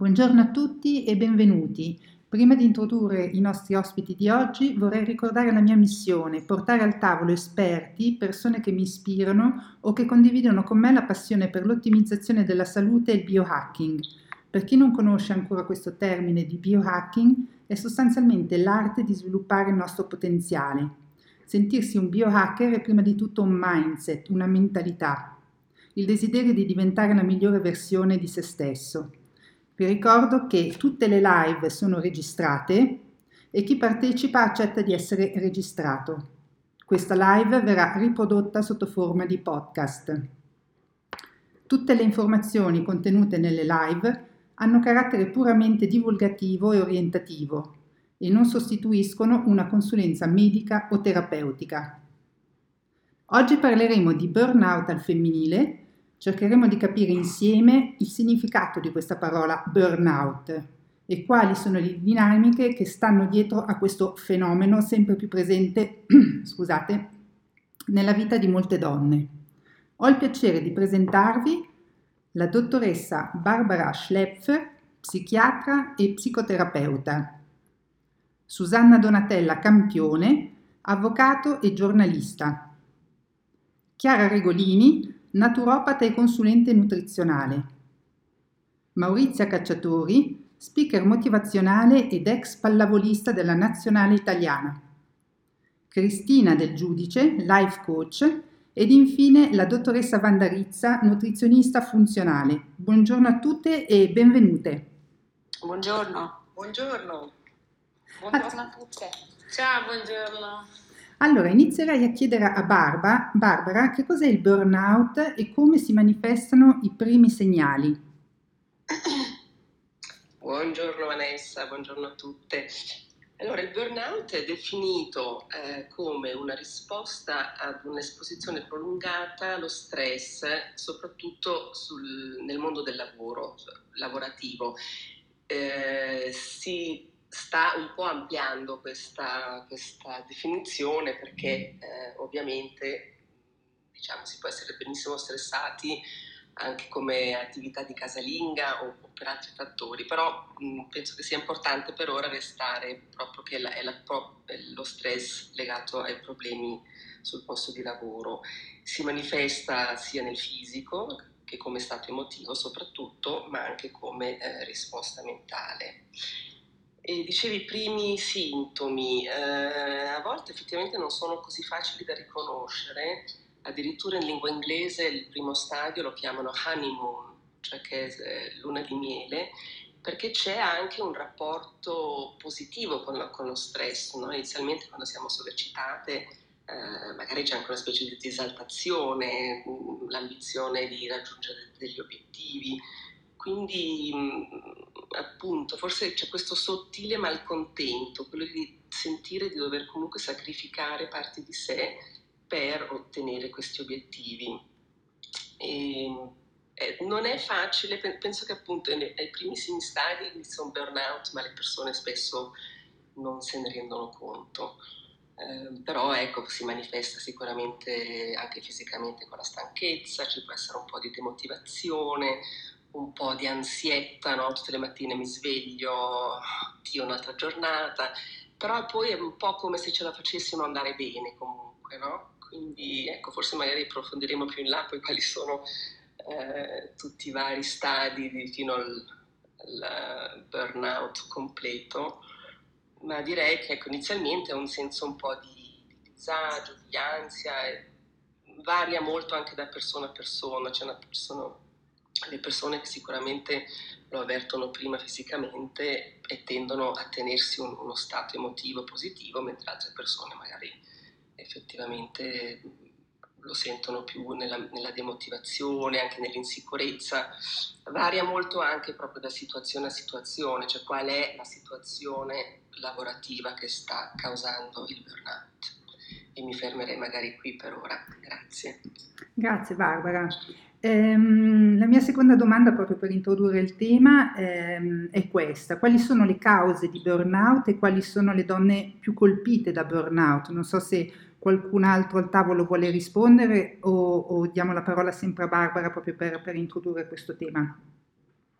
Buongiorno a tutti e benvenuti. Prima di introdurre i nostri ospiti di oggi vorrei ricordare la mia missione, portare al tavolo esperti, persone che mi ispirano o che condividono con me la passione per l'ottimizzazione della salute e il biohacking. Per chi non conosce ancora questo termine di biohacking, è sostanzialmente l'arte di sviluppare il nostro potenziale. Sentirsi un biohacker è prima di tutto un mindset, una mentalità, il desiderio di diventare la migliore versione di se stesso. Vi ricordo che tutte le live sono registrate e chi partecipa accetta di essere registrato. Questa live verrà riprodotta sotto forma di podcast. Tutte le informazioni contenute nelle live hanno carattere puramente divulgativo e orientativo e non sostituiscono una consulenza medica o terapeutica. Oggi parleremo di burnout al femminile. Cercheremo di capire insieme il significato di questa parola burnout e quali sono le dinamiche che stanno dietro a questo fenomeno sempre più presente, scusate, nella vita di molte donne. Ho il piacere di presentarvi la dottoressa Barbara Schlepfer, psichiatra e psicoterapeuta, Susanna Donatella Campione, avvocato e giornalista, Chiara Regolini, naturopata e consulente nutrizionale, Maurizia Cacciatori, speaker motivazionale ed ex pallavolista della nazionale italiana, Cristina Del Giudice, life coach ed infine la dottoressa Wanda Rizza, nutrizionista funzionale. Buongiorno a tutte e benvenute. Buongiorno. Buongiorno. Buongiorno a tutte. Ciao, buongiorno. Allora, inizierei a chiedere a Barbara che cos'è il burnout e come si manifestano i primi segnali. Buongiorno Vanessa, buongiorno a tutte. Allora, il burnout è definito come una risposta ad un'esposizione prolungata allo stress, soprattutto nel mondo del lavoro, lavorativo. Si sta un po' ampliando questa definizione perché ovviamente diciamo si può essere benissimo stressati anche come attività di casalinga o per altri fattori, però penso che sia importante per ora restare proprio che è lo stress legato ai problemi sul posto di lavoro. Si manifesta sia nel fisico che come stato emotivo soprattutto, ma anche come risposta mentale. E dicevi i primi sintomi, a volte effettivamente non sono così facili da riconoscere, addirittura in lingua inglese il primo stadio lo chiamano honeymoon, cioè che è luna di miele, perché c'è anche un rapporto positivo con lo stress, no? Inizialmente quando siamo sovracitate magari c'è anche una specie di esaltazione, l'ambizione di raggiungere degli obiettivi, quindi appunto forse c'è questo sottile malcontento, quello di sentire di dover comunque sacrificare parti di sé per ottenere questi obiettivi. Non è facile, penso che appunto ai primissimi stadi inizia un burnout, ma le persone spesso non se ne rendono conto. Però ecco, si manifesta sicuramente anche fisicamente con la stanchezza, ci può essere un po' di demotivazione, un po' di ansietta, no? Tutte le mattine mi sveglio, Dio, un'altra giornata, però poi è un po' come se ce la facessimo andare bene comunque, no? Quindi ecco, forse magari approfondiremo più in là poi quali sono tutti i vari stadi fino al burnout completo, ma direi che ecco, inizialmente è un senso un po' di disagio, di ansia, varia molto anche da persona a persona, c'è le persone che sicuramente lo avvertono prima fisicamente e tendono a tenersi uno stato emotivo positivo, mentre altre persone magari effettivamente lo sentono più nella demotivazione, anche nell'insicurezza. Varia molto anche proprio da situazione a situazione, cioè qual è la situazione lavorativa che sta causando il burnout. E mi fermerei magari qui per ora. Grazie. Grazie Barbara. La mia seconda domanda, proprio per introdurre il tema, è questa. Quali sono le cause di burnout e quali sono le donne più colpite da burnout? Non so se qualcun altro al tavolo vuole rispondere o diamo la parola sempre a Barbara proprio per introdurre questo tema.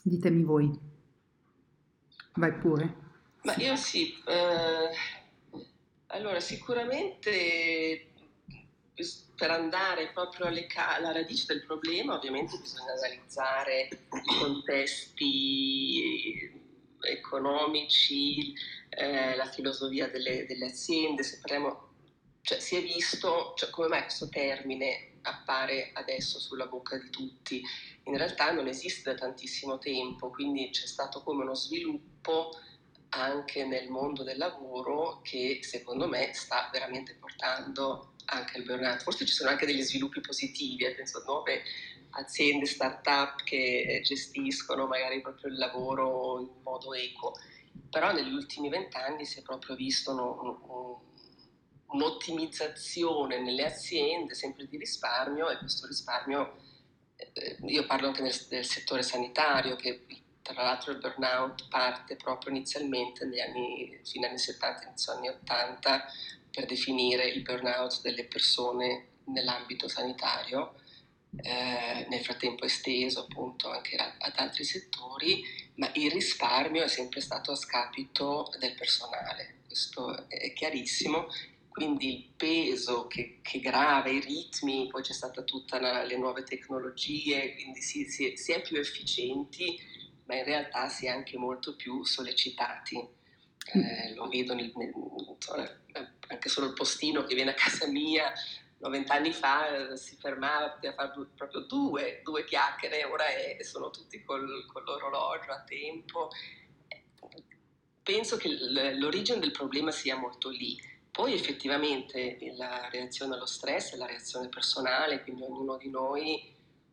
Ditemi voi. Vai pure. Ma io sì, allora sicuramente per andare proprio alla radice del problema ovviamente bisogna analizzare i contesti economici, la filosofia delle aziende, se parliamo, cioè si è visto, cioè, come mai questo termine appare adesso sulla bocca di tutti. In realtà non esiste da tantissimo tempo, quindi c'è stato come uno sviluppo anche nel mondo del lavoro che secondo me sta veramente portando anche al burnout. Forse ci sono anche degli sviluppi positivi, penso a nuove aziende, start-up che gestiscono magari proprio il lavoro in modo equo, però negli ultimi 20 anni si è proprio visto un'ottimizzazione nelle aziende sempre di risparmio, e questo risparmio, io parlo anche del settore sanitario, che tra l'altro il burnout parte proprio inizialmente fine anni 70, inizio anni 80, per definire il burnout delle persone nell'ambito sanitario, nel frattempo esteso appunto anche ad altri settori, ma il risparmio è sempre stato a scapito del personale, questo è chiarissimo. Quindi il peso che grava, i ritmi, poi c'è stata tutta le nuove tecnologie, quindi si è più efficienti, ma in realtà si è anche molto più sollecitati. Lo vedo anche solo il postino che viene a casa mia, 90 anni fa si fermava, poteva fare proprio due chiacchiere, ora sono tutti con l'orologio a tempo. Penso che l'origine del problema sia molto lì. Poi effettivamente la reazione allo stress è la reazione personale, quindi ognuno di noi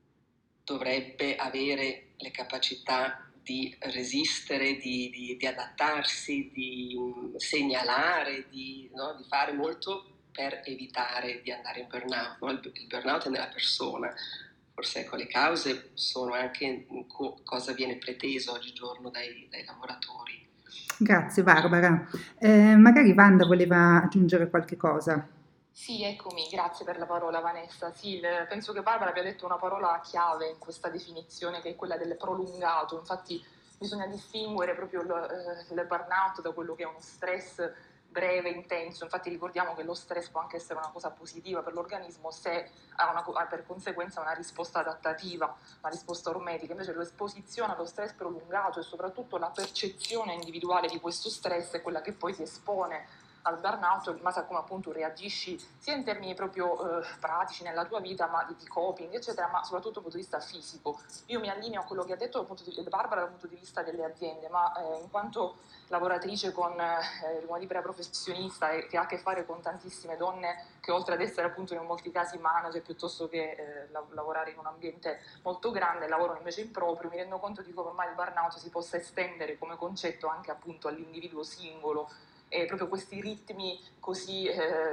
dovrebbe avere le capacità di resistere, di adattarsi, di segnalare, no? Di fare molto per evitare di andare in burnout. No? Il burnout è nella persona, forse ecco, le cause sono anche cosa viene preteso oggigiorno dai lavoratori. Grazie Barbara. Magari Wanda voleva aggiungere qualche cosa. Sì, eccomi, grazie per la parola Vanessa. Sì, penso che Barbara abbia detto una parola chiave in questa definizione che è quella del prolungato. Infatti bisogna distinguere proprio il burnout da quello che è uno stress breve, intenso. Infatti ricordiamo che lo stress può anche essere una cosa positiva per l'organismo se ha per conseguenza una risposta adattativa, una risposta ormetica. Invece l'esposizione allo stress prolungato e soprattutto la percezione individuale di questo stress è quella che poi ti espone al burnout, in base a come appunto reagisci sia in termini proprio pratici nella tua vita, ma di coping eccetera, ma soprattutto dal punto di vista fisico. Io mi allineo a quello che ha detto Barbara dal punto di vista delle aziende, ma in quanto lavoratrice con una libera professionista e che ha a che fare con tantissime donne che oltre ad essere appunto in molti casi manager piuttosto che lavorare in un ambiente molto grande, lavorano invece in proprio, mi rendo conto di come ormai il burnout si possa estendere come concetto anche appunto all'individuo singolo, e proprio questi ritmi così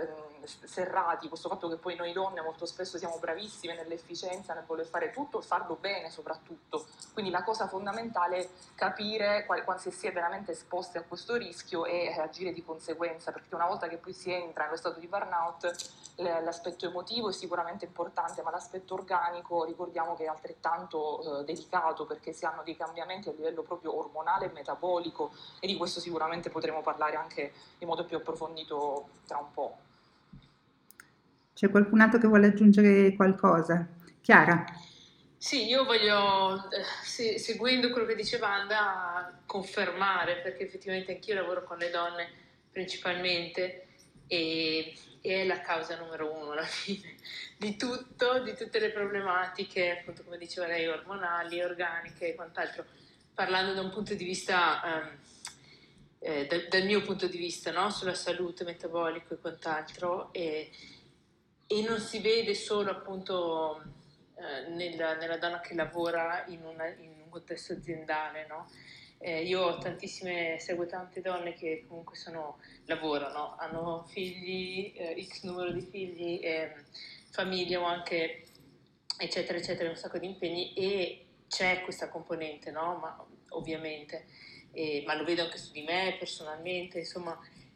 serrati, questo fatto che poi noi donne molto spesso siamo bravissime nell'efficienza, nel voler fare tutto e farlo bene soprattutto, quindi la cosa fondamentale è capire se si è veramente esposti a questo rischio e agire di conseguenza, perché una volta che poi si entra nello stato di burnout l'aspetto emotivo è sicuramente importante, ma l'aspetto organico ricordiamo che è altrettanto delicato, perché si hanno dei cambiamenti a livello proprio ormonale e metabolico, e di questo sicuramente potremo parlare anche in modo più approfondito tra un po'. C'è qualcun altro che vuole aggiungere qualcosa? Chiara? Sì, io voglio, seguendo quello che dice Wanda, confermare, perché effettivamente anch'io lavoro con le donne principalmente e è la causa numero uno alla fine di tutto, di tutte le problematiche, appunto come diceva lei, ormonali, organiche e quant'altro, parlando da un punto di vista, dal mio punto di vista, no? Sulla salute metabolica e quant'altro, e non si vede solo appunto nella donna che lavora in un contesto aziendale, no? Io seguo tante donne che comunque lavorano, hanno figli, x numero di figli, famiglia o anche eccetera eccetera, un sacco di impegni, e c'è questa componente, no? Ma ovviamente, ma lo vedo anche su di me personalmente, insomma,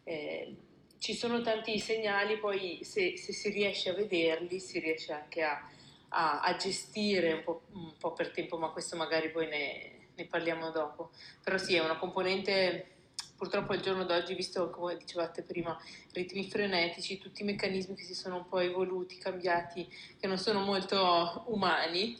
ci sono tanti segnali, poi se si riesce a vederli si riesce anche a gestire un po' per tempo, ma questo magari poi ne ne parliamo dopo. Però sì, è una componente, purtroppo al giorno d'oggi, visto come dicevate prima, ritmi frenetici, tutti i meccanismi che si sono un po' evoluti, cambiati, che non sono molto umani,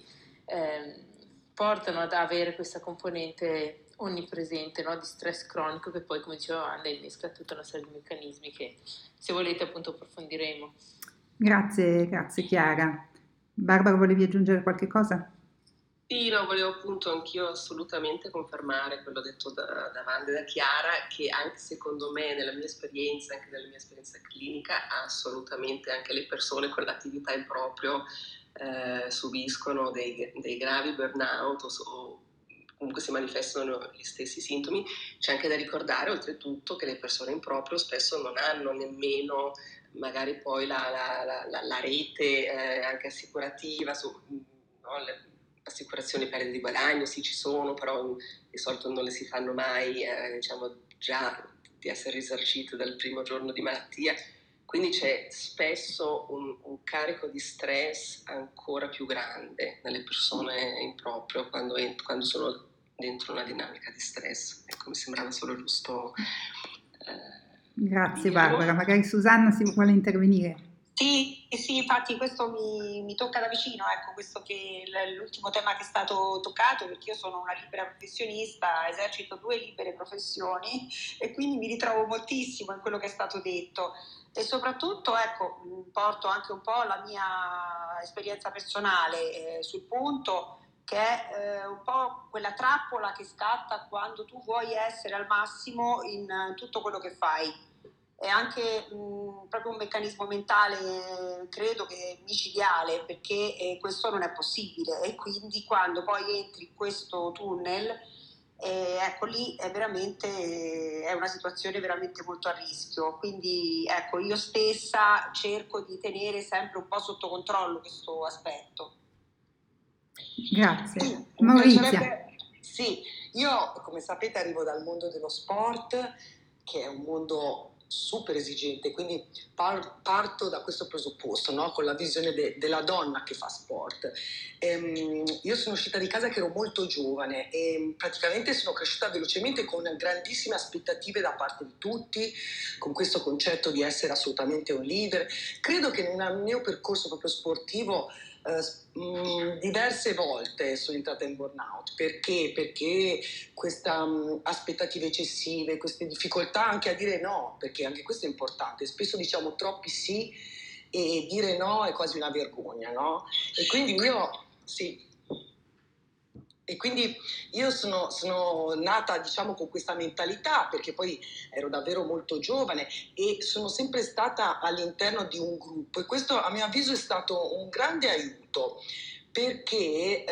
portano ad avere questa componente onnipresente, no? Di stress cronico, che poi, come diceva Wanda, innesca tutta una serie di meccanismi che, se volete, appunto approfondiremo. Grazie Chiara. Barbara, volevi aggiungere qualche cosa? Sì, no, volevo appunto anch'io assolutamente confermare quello detto da Wanda e da Chiara, che anche secondo me, nella mia esperienza, anche nella mia esperienza clinica, assolutamente anche le persone con l'attività in proprio subiscono dei gravi burnout o comunque si manifestano gli stessi sintomi. C'è anche da ricordare oltretutto che le persone in proprio spesso non hanno nemmeno magari poi la rete anche assicurativa, no? Le assicurazioni perdite di guadagno sì ci sono, però di solito non le si fanno mai, diciamo già di essere risarcito dal primo giorno di malattia, quindi c'è spesso un carico di stress ancora più grande nelle persone in proprio quando sono dentro una dinamica di stress. Ecco, mi sembrava solo giusto. Grazie Barbara, magari Susanna si vuole intervenire. Sì, infatti questo mi tocca da vicino, ecco, questo che l'ultimo tema che è stato toccato, perché io sono una libera professionista, esercito 2 libere professioni e quindi mi ritrovo moltissimo in quello che è stato detto e soprattutto, ecco, porto anche un po' la mia esperienza personale sul punto, che è un po' quella trappola che scatta quando tu vuoi essere al massimo in tutto quello che fai. È anche proprio un meccanismo mentale, credo che micidiale, perché questo non è possibile e quindi quando poi entri in questo tunnel, ecco lì è veramente è una situazione veramente molto a rischio. Quindi ecco, io stessa cerco di tenere sempre un po' sotto controllo questo aspetto. Grazie. Maurizia. Sì, io come sapete arrivo dal mondo dello sport, che è un mondo super esigente, quindi parto da questo presupposto, no? Con la visione della donna che fa sport. Io sono uscita di casa che ero molto giovane e praticamente sono cresciuta velocemente con grandissime aspettative da parte di tutti, con questo concetto di essere assolutamente un leader. Credo che nel mio percorso proprio sportivo diverse volte sono entrata in burnout. Perché queste aspettative eccessive, queste difficoltà anche a dire no, perché anche questo è importante, spesso diciamo troppi sì e dire no è quasi una vergogna, no? E quindi io sono nata, diciamo, con questa mentalità, perché poi ero davvero molto giovane e sono sempre stata all'interno di un gruppo e questo a mio avviso è stato un grande aiuto, perché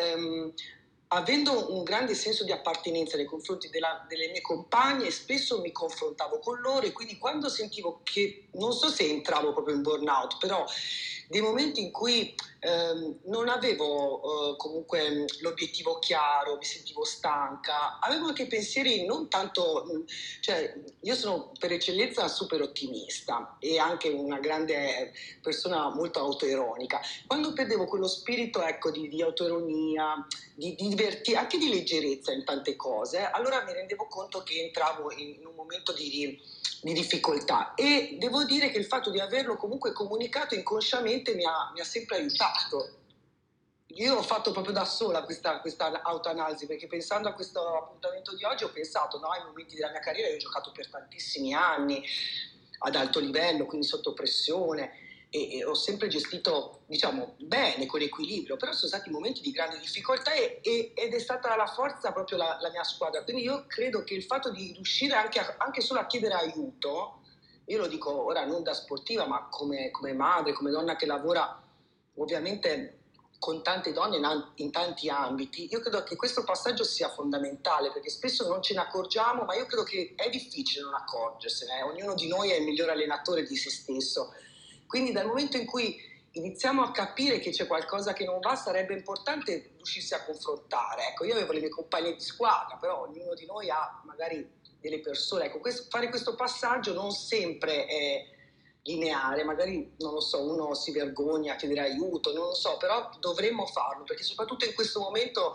avendo un grande senso di appartenenza nei confronti delle mie compagne, spesso mi confrontavo con loro e quindi quando sentivo che, non so se entravo proprio in burnout, però dei momenti in cui non avevo comunque l'obiettivo chiaro, mi sentivo stanca, avevo anche pensieri non tanto, cioè io sono per eccellenza super ottimista e anche una grande persona molto autoironica. Quando perdevo quello spirito, ecco, di autoironia, di anche di leggerezza in tante cose, allora mi rendevo conto che entravo in un momento di difficoltà e devo dire che il fatto di averlo comunque comunicato inconsciamente mi ha sempre aiutato. Io ho fatto proprio da sola questa autoanalisi, perché pensando a questo appuntamento di oggi ho pensato, no, ai momenti della mia carriera io ho giocato per tantissimi anni ad alto livello, quindi sotto pressione e ho sempre gestito, diciamo, bene, con equilibrio, però sono stati momenti di grande difficoltà ed è stata la forza proprio la mia squadra. Quindi io credo che il fatto di riuscire anche solo a chiedere aiuto, io lo dico ora non da sportiva ma come madre, come donna che lavora ovviamente con tante donne in tanti ambiti, io credo che questo passaggio sia fondamentale, perché spesso non ce ne accorgiamo, ma io credo che è difficile non accorgersene, ognuno di noi è il miglior allenatore di se stesso. Quindi dal momento in cui iniziamo a capire che c'è qualcosa che non va, sarebbe importante riuscirsi a confrontare. Ecco, io avevo le mie compagne di squadra, però ognuno di noi ha magari delle persone. Ecco, fare questo passaggio non sempre è lineare, magari, non lo so, uno si vergogna a chiedere aiuto, non lo so, però dovremmo farlo, perché soprattutto in questo momento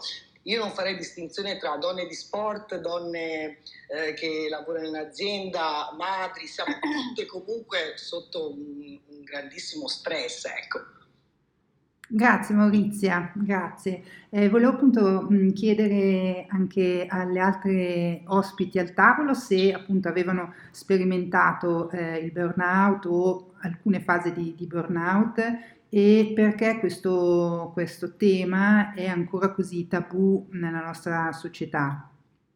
io non farei distinzione tra donne di sport, donne che lavorano in azienda, madri, siamo tutte comunque sotto un grandissimo stress, ecco. Grazie Maurizia, grazie. Volevo appunto chiedere anche alle altre ospiti al tavolo se appunto avevano sperimentato il burnout o alcune fasi di burnout e perché questo tema è ancora così tabù nella nostra società.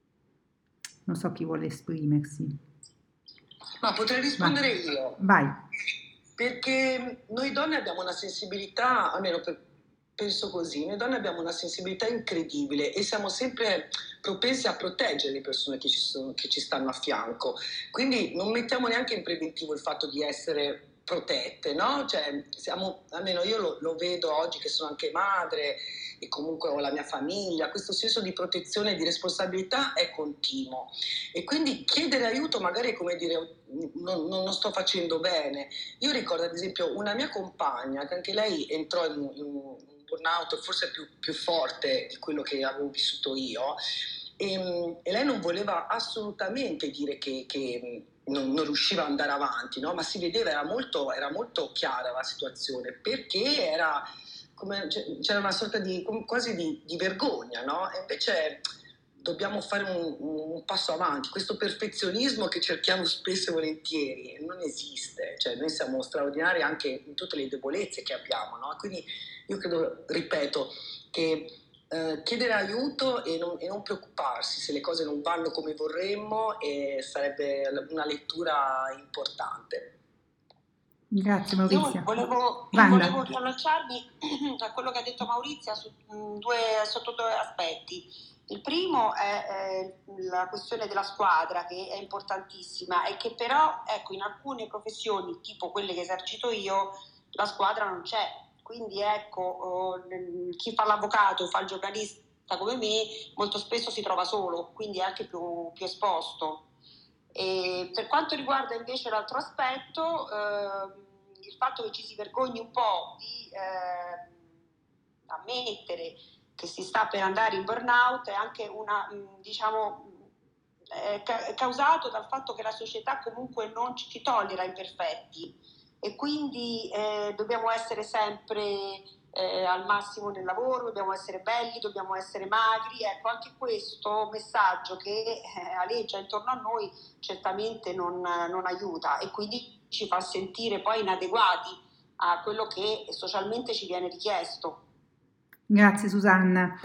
Non so chi vuole esprimersi. Ma potrei rispondere io. Vai. Perché noi donne abbiamo una sensibilità, almeno penso così, noi donne abbiamo una sensibilità incredibile e siamo sempre propensi a proteggere le persone che ci stanno a fianco. Quindi non mettiamo neanche in preventivo il fatto di essere protette, no? Cioè, almeno io lo vedo oggi che sono anche madre e comunque ho la mia famiglia, questo senso di protezione e di responsabilità è continuo. E quindi chiedere aiuto magari è come dire non sto facendo bene. Io ricordo ad esempio una mia compagna che anche lei entrò in un burnout forse più forte di quello che avevo vissuto io e lei non voleva assolutamente dire che non riusciva ad andare avanti, no? Ma si vedeva, era molto chiara la situazione perché c'era una sorta di quasi di vergogna, no? E invece dobbiamo fare un passo avanti. Questo perfezionismo che cerchiamo spesso e volentieri non esiste, cioè noi siamo straordinari anche in tutte le debolezze che abbiamo, no? Quindi io credo, ripeto, che chiedere aiuto e non preoccuparsi se le cose non vanno come vorremmo sarebbe una lettura importante. Grazie Maurizia. Io volevo riallacciarmi a quello che ha detto Maurizia sotto due aspetti. Il primo è la questione della squadra, che è importantissima e che però, ecco, in alcune professioni, tipo quelle che esercito io, la squadra non c'è. Quindi ecco, chi fa l'avvocato, fa il giornalista come me, molto spesso si trova solo, quindi è anche più esposto. E per quanto riguarda invece l'altro aspetto, il fatto che ci si vergogni un po' di ammettere che si sta per andare in burnout è anche causato dal fatto che la società comunque non ci tollera imperfetti e quindi dobbiamo essere sempre al massimo nel lavoro, dobbiamo essere belli, dobbiamo essere magri. Ecco, anche questo messaggio che aleggia intorno a noi certamente non aiuta e quindi ci fa sentire poi inadeguati a quello che socialmente ci viene richiesto. Grazie Susanna.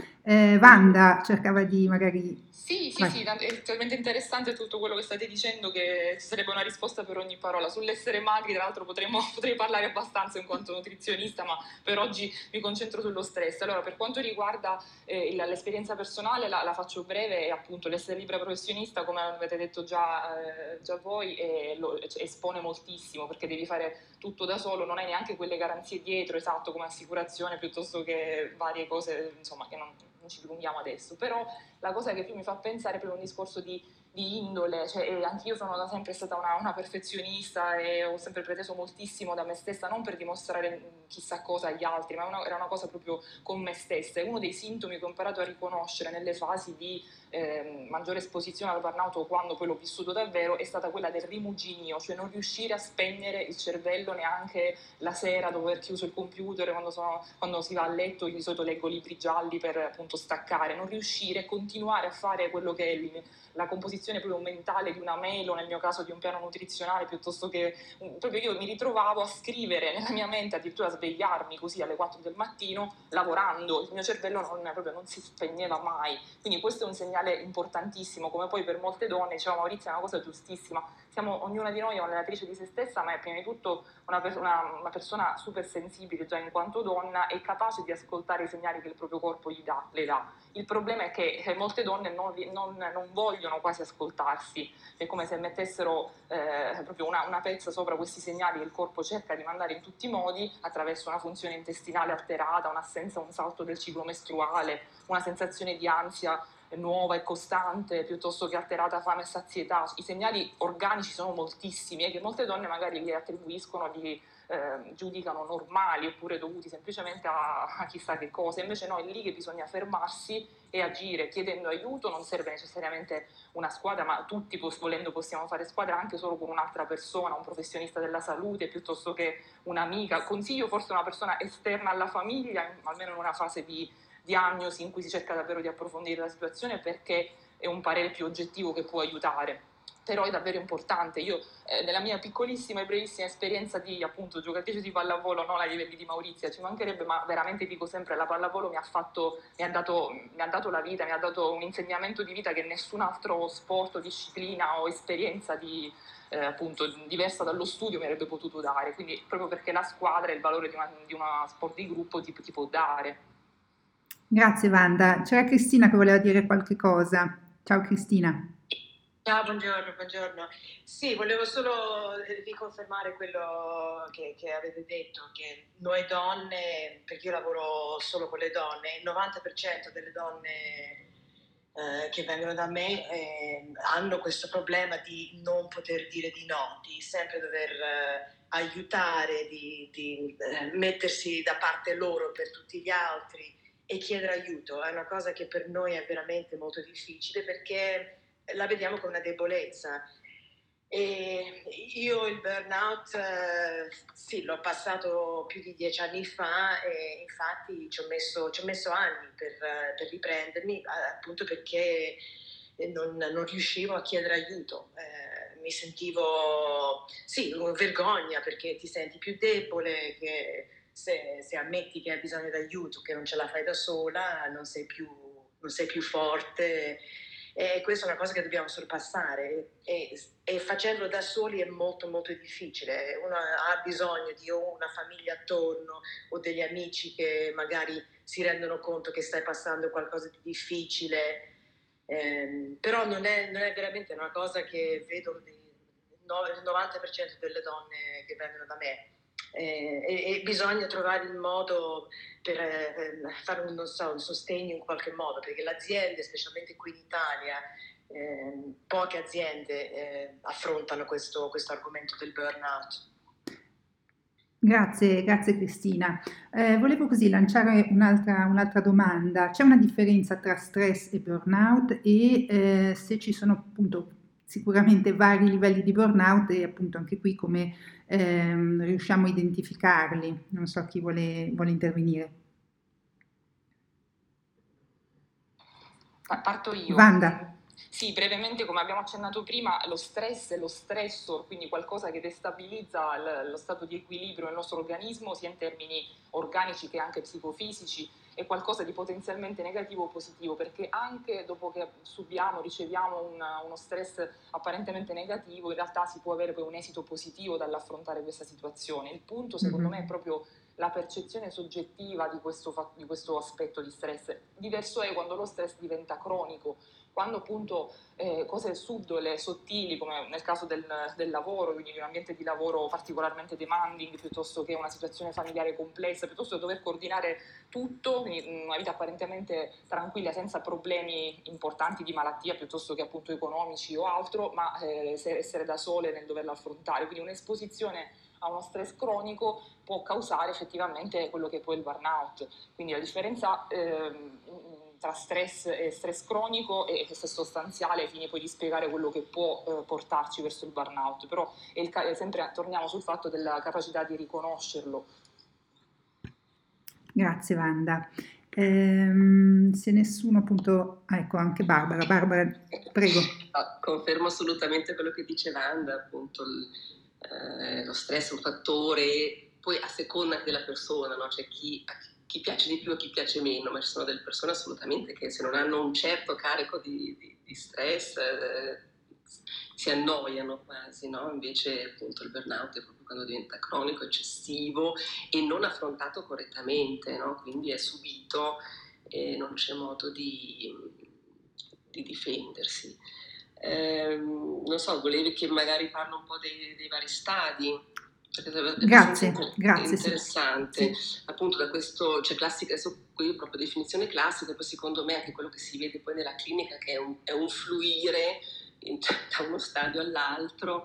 Wanda cercava di magari... Sì, è talmente interessante tutto quello che state dicendo che ci sarebbe una risposta per ogni parola. Sull'essere magri, tra l'altro, potrei parlare abbastanza in quanto nutrizionista, ma per oggi mi concentro sullo stress. Allora, per quanto riguarda l'esperienza personale, la faccio breve, e appunto l'essere libera professionista, come avete detto già voi, espone moltissimo, perché devi fare tutto da solo, non hai neanche quelle garanzie dietro, esatto, come assicurazione, piuttosto che varie cose, insomma, che non ci dilunghiamo adesso. Però la cosa che più mi fa pensare è proprio un discorso di indole, cioè anch'io sono da sempre stata una perfezionista e ho sempre preteso moltissimo da me stessa, non per dimostrare chissà cosa agli altri, ma era una cosa proprio con me stessa. E uno dei sintomi che ho imparato a riconoscere nelle fasi di maggiore esposizione al burnout, o quando poi l'ho vissuto davvero, è stata quella del rimuginio, cioè non riuscire a spegnere il cervello neanche la sera dopo aver chiuso il computer, quando si va a letto. Io di solito leggo libri gialli per appunto staccare, non riuscire a continuare a fare quello che è la composizione proprio mentale di una mail, o nel mio caso di un piano nutrizionale, piuttosto che proprio io mi ritrovavo a scrivere nella mia mente, addirittura a svegliarmi così alle 4 del mattino lavorando, il mio cervello non si spegneva mai. Quindi questo è un segnale importantissimo, come poi per molte donne, diceva Maurizia, è una cosa giustissima, ognuna di noi è un'allenatrice di se stessa, ma è prima di tutto una persona super sensibile già in quanto donna, e capace di ascoltare i segnali che il proprio corpo le dà. Il problema è che molte donne non vogliono quasi ascoltarsi, è come se mettessero proprio una pezza sopra questi segnali che il corpo cerca di mandare in tutti i modi, attraverso una funzione intestinale alterata, un'assenza, un salto del ciclo mestruale, una sensazione di ansia nuova e costante, piuttosto che alterata fame e sazietà. I segnali organici sono moltissimi e che molte donne magari li attribuiscono, li giudicano normali oppure dovuti semplicemente a chissà che cosa. Invece no, è lì che bisogna fermarsi e agire chiedendo aiuto. Non serve necessariamente una squadra, ma tutti volendo possiamo fare squadra anche solo con un'altra persona, un professionista della salute piuttosto che un'amica. Consiglio forse una persona esterna alla famiglia, almeno in una fase di diagnosi in cui si cerca davvero di approfondire la situazione, perché è un parere più oggettivo che può aiutare. Però è davvero importante. Io nella mia piccolissima e brevissima esperienza di appunto giocatrice di pallavolo, non ai livelli di Maurizia, ci mancherebbe, ma veramente dico sempre, la pallavolo mi ha dato la vita, mi ha dato un insegnamento di vita che nessun altro sport, disciplina o esperienza appunto diversa dallo studio mi avrebbe potuto dare. Quindi proprio perché la squadra e il valore di una sport di gruppo ti può dare. Grazie Wanda. C'era Cristina che voleva dire qualche cosa. Ciao Cristina. Ciao, buongiorno. Sì, volevo solo riconfermare quello che avete detto, che noi donne, perché io lavoro solo con le donne, il 90% delle donne che vengono da me hanno questo problema di non poter dire di no, di sempre dover aiutare, di mettersi da parte loro per tutti gli altri e chiedere aiuto. È una cosa che per noi è veramente molto difficile perché la vediamo come una debolezza. E io il burnout sì, l'ho passato più di 10 anni fa e infatti ci ho messo anni per riprendermi, appunto perché non riuscivo a chiedere aiuto. Mi sentivo, sì, vergogna perché ti senti più debole, che se ammetti che hai bisogno d'aiuto, che non ce la fai da sola, non sei più forte. E questa è una cosa che dobbiamo sorpassare e facendolo da soli è molto molto difficile. Uno ha bisogno di una famiglia attorno o degli amici che magari si rendono conto che stai passando qualcosa di difficile, però non è veramente una cosa che vedo il 90% delle donne che vengono da me. E bisogna trovare il modo per fare un sostegno in qualche modo, perché le aziende, specialmente qui in Italia, poche aziende affrontano questo argomento del burnout. Grazie Cristina. Volevo così lanciare un'altra domanda. C'è una differenza tra stress e burnout e se ci sono appunto sicuramente vari livelli di burnout e appunto anche qui come riusciamo a identificarli? Non so chi vuole intervenire. Parto io. Wanda. Sì, brevemente, come abbiamo accennato prima, lo stress e lo stressor, quindi qualcosa che destabilizza lo stato di equilibrio del nostro organismo, sia in termini organici che anche psicofisici, è qualcosa di potenzialmente negativo o positivo, perché anche dopo che riceviamo uno stress apparentemente negativo, in realtà si può avere poi un esito positivo dall'affrontare questa situazione. Il punto, secondo me, è proprio la percezione soggettiva di questo aspetto di stress. Diverso è quando lo stress diventa cronico, quando appunto cose subdole, sottili, come nel caso del lavoro, quindi di un ambiente di lavoro particolarmente demanding, piuttosto che una situazione familiare complessa, piuttosto che dover coordinare tutto, quindi una vita apparentemente tranquilla, senza problemi importanti di malattia, piuttosto che appunto economici o altro, ma essere da sole nel doverlo affrontare. Quindi un'esposizione a uno stress cronico può causare effettivamente quello che è poi il burnout. Quindi la differenza tra stress e stress cronico e stress sostanziale ai fini poi di spiegare quello che può portarci verso il burnout, però sempre torniamo sul fatto della capacità di riconoscerlo. Grazie Wanda. Se nessuno appunto, ecco anche Barbara, prego. Confermo assolutamente quello che dice Wanda, appunto lo stress è un fattore, poi a seconda della persona, no? C'è chi piace di più e chi piace meno, ma ci sono delle persone assolutamente che se non hanno un certo carico di stress si annoiano quasi, no? Invece appunto il burnout è proprio quando diventa cronico, eccessivo e non affrontato correttamente, no? Quindi è subito e non c'è modo di difendersi. Non so, volevi che magari parlo un po' dei vari stadi? Grazie, interessante. Sì. Appunto da questo, cioè classica, adesso qui proprio definizione classica, poi secondo me anche quello che si vede poi nella clinica che è un fluire da uno stadio all'altro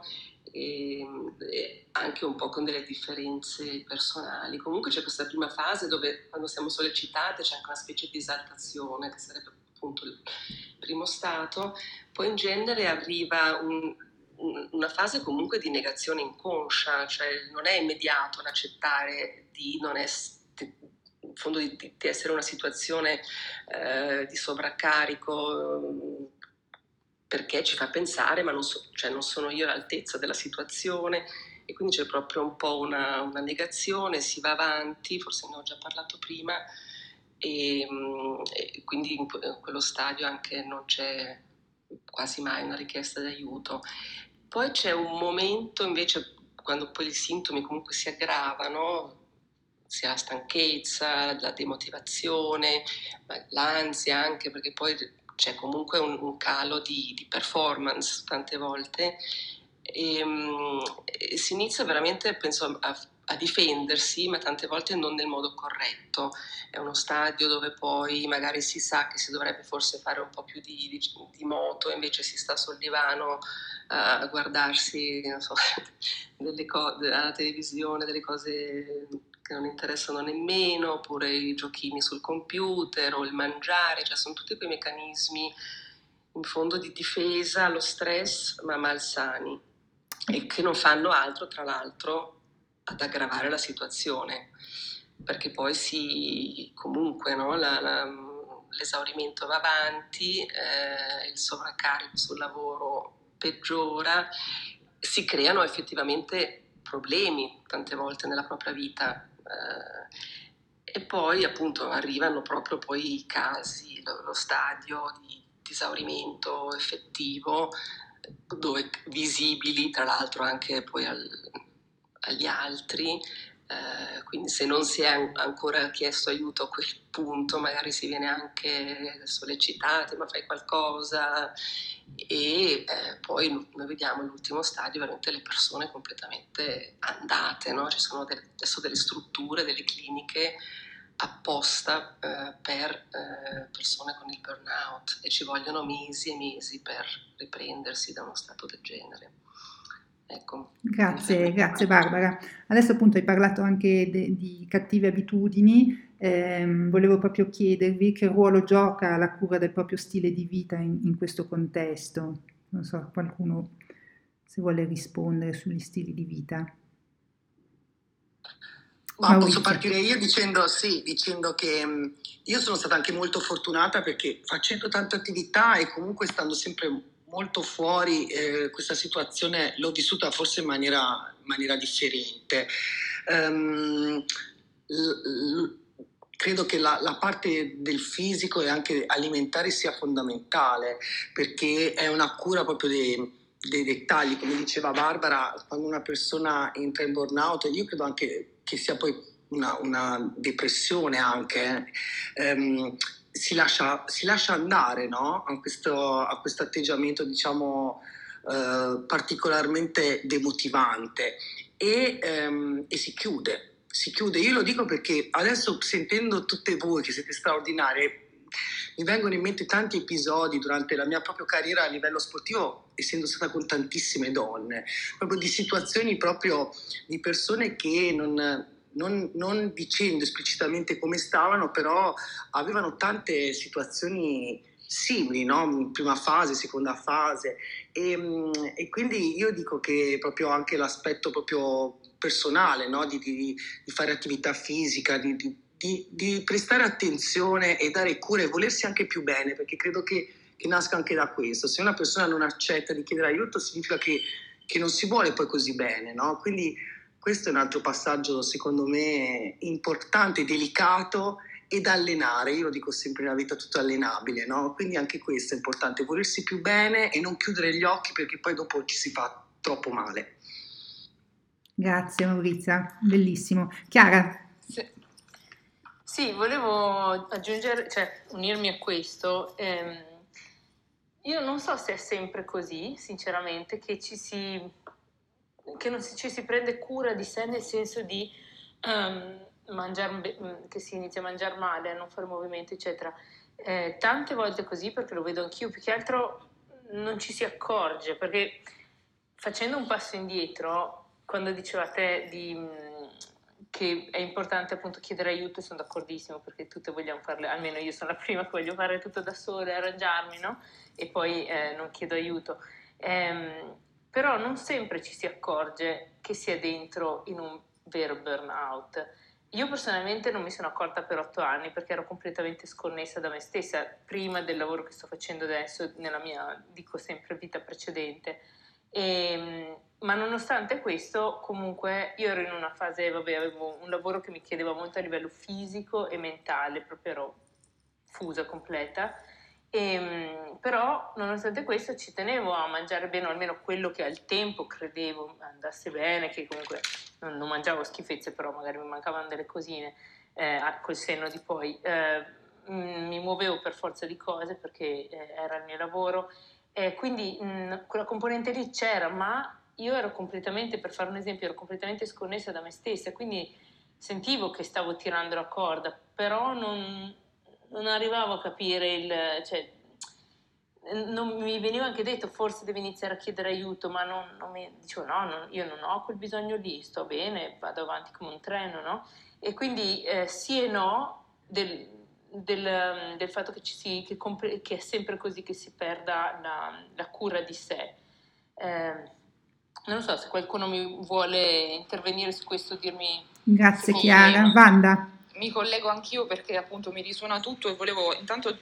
e anche un po' con delle differenze personali. Comunque c'è questa prima fase dove quando siamo sollecitate c'è anche una specie di esaltazione, che sarebbe appunto il primo stato. Poi in genere arriva una fase comunque di negazione inconscia, cioè non è immediato l'accettare di non essere, in fondo di essere una situazione di sovraccarico, perché ci fa pensare ma non sono io all'altezza della situazione, e quindi c'è proprio un po' una negazione, si va avanti, forse ne ho già parlato prima, e quindi in quello stadio anche non c'è quasi mai una richiesta d'aiuto. Poi c'è un momento invece quando poi i sintomi comunque si aggravano, sia la stanchezza, la demotivazione, l'ansia anche, perché poi c'è comunque un calo di performance tante volte, e si inizia veramente, penso, a difendersi, ma tante volte non nel modo corretto. È uno stadio dove poi magari si sa che si dovrebbe forse fare un po' più di moto, invece si sta sul divano a guardarsi, non so, alla televisione, delle cose che non interessano nemmeno, oppure i giochini sul computer o il mangiare, cioè sono tutti quei meccanismi in fondo di difesa allo stress, ma malsani, e che non fanno altro, tra l'altro, ad aggravare la situazione, perché poi comunque no, l'esaurimento va avanti, il sovraccarico sul lavoro peggiora, si creano effettivamente problemi tante volte nella propria vita, e poi appunto arrivano proprio poi i casi, lo stadio di esaurimento effettivo, dove visibili tra l'altro anche poi agli altri, quindi se non si è ancora chiesto aiuto a quel punto magari si viene anche sollecitati, ma fai qualcosa, e poi noi vediamo l'ultimo stadio veramente le persone completamente andate, no? Ci sono adesso delle strutture, delle cliniche apposta per persone con il burnout, e ci vogliono mesi e mesi per riprendersi da uno stato del genere. Ecco. Grazie Barbara. Adesso appunto hai parlato anche di cattive abitudini, volevo proprio chiedervi che ruolo gioca la cura del proprio stile di vita in questo contesto. Non so, qualcuno se vuole rispondere sugli stili di vita. Ma posso partire io dicendo che io sono stata anche molto fortunata, perché facendo tante attività e comunque stando sempre molto fuori, questa situazione l'ho vissuta forse in maniera differente. Credo che la parte del fisico e anche alimentare sia fondamentale, perché è una cura proprio dei dettagli, come diceva Barbara. Quando una persona entra in burnout, io credo anche che sia poi una depressione anche, si lascia andare, no? a questo atteggiamento, diciamo, particolarmente demotivante, e si chiude. Io lo dico perché adesso, sentendo tutte voi che siete straordinarie, mi vengono in mente tanti episodi durante la mia propria carriera a livello sportivo, essendo stata con tantissime donne, proprio di situazioni proprio di persone che non dicendo esplicitamente come stavano, però avevano tante situazioni simili, no? Prima fase, seconda fase, e quindi io dico che proprio anche l'aspetto proprio personale, no? di fare attività fisica, di prestare attenzione e dare cura e volersi anche più bene, perché credo che nasca anche da questo. Se una persona non accetta di chiedere aiuto, significa che non si vuole poi così bene, no? Quindi questo è un altro passaggio, secondo me, importante, delicato e da allenare. Io lo dico sempre, nella vita tutto allenabile, no? Quindi anche questo è importante, volersi più bene e non chiudere gli occhi, perché poi dopo ci si fa troppo male. Grazie Maurizia, bellissimo. Chiara? Sì, volevo aggiungere, cioè unirmi a questo. Io non so se è sempre così, sinceramente, che non ci si prende cura di sé, nel senso di che si inizia a mangiare male, a non fare movimento, eccetera. Tante volte così, perché lo vedo anch'io, più che altro non ci si accorge, perché facendo un passo indietro, quando dicevate che è importante appunto chiedere aiuto, sono d'accordissimo, perché tutte vogliamo farle, almeno io sono la prima che voglio fare tutto da sola, arrangiarmi, no? E poi non chiedo aiuto. Però non sempre ci si accorge che si è dentro in un vero burnout. Io personalmente non mi sono accorta per 8 anni perché ero completamente sconnessa da me stessa prima del lavoro che sto facendo adesso nella mia, dico sempre, vita precedente. Ma nonostante questo, comunque io ero in una fase, avevo un lavoro che mi chiedeva molto a livello fisico e mentale, proprio ero fusa, completa. Però nonostante questo ci tenevo a mangiare bene, o almeno quello che al tempo credevo andasse bene, che comunque non mangiavo schifezze, però magari mi mancavano delle cosine col senno di poi. Mi muovevo per forza di cose perché era il mio lavoro, quindi quella componente lì c'era, ma io ero completamente, per fare un esempio, ero completamente sconnessa da me stessa, quindi sentivo che stavo tirando la corda, però non arrivavo a capire cioè, non mi veniva anche detto forse devi iniziare a chiedere aiuto, ma non mi dicevo no, io non ho quel bisogno lì, sto bene, vado avanti come un treno, no? E quindi sì e no del fatto che è sempre così che si perda la cura di sé. Non so se qualcuno mi vuole intervenire su questo, dirmi. Grazie Chiara. Wanda. Mi collego anch'io perché appunto mi risuona tutto e volevo intanto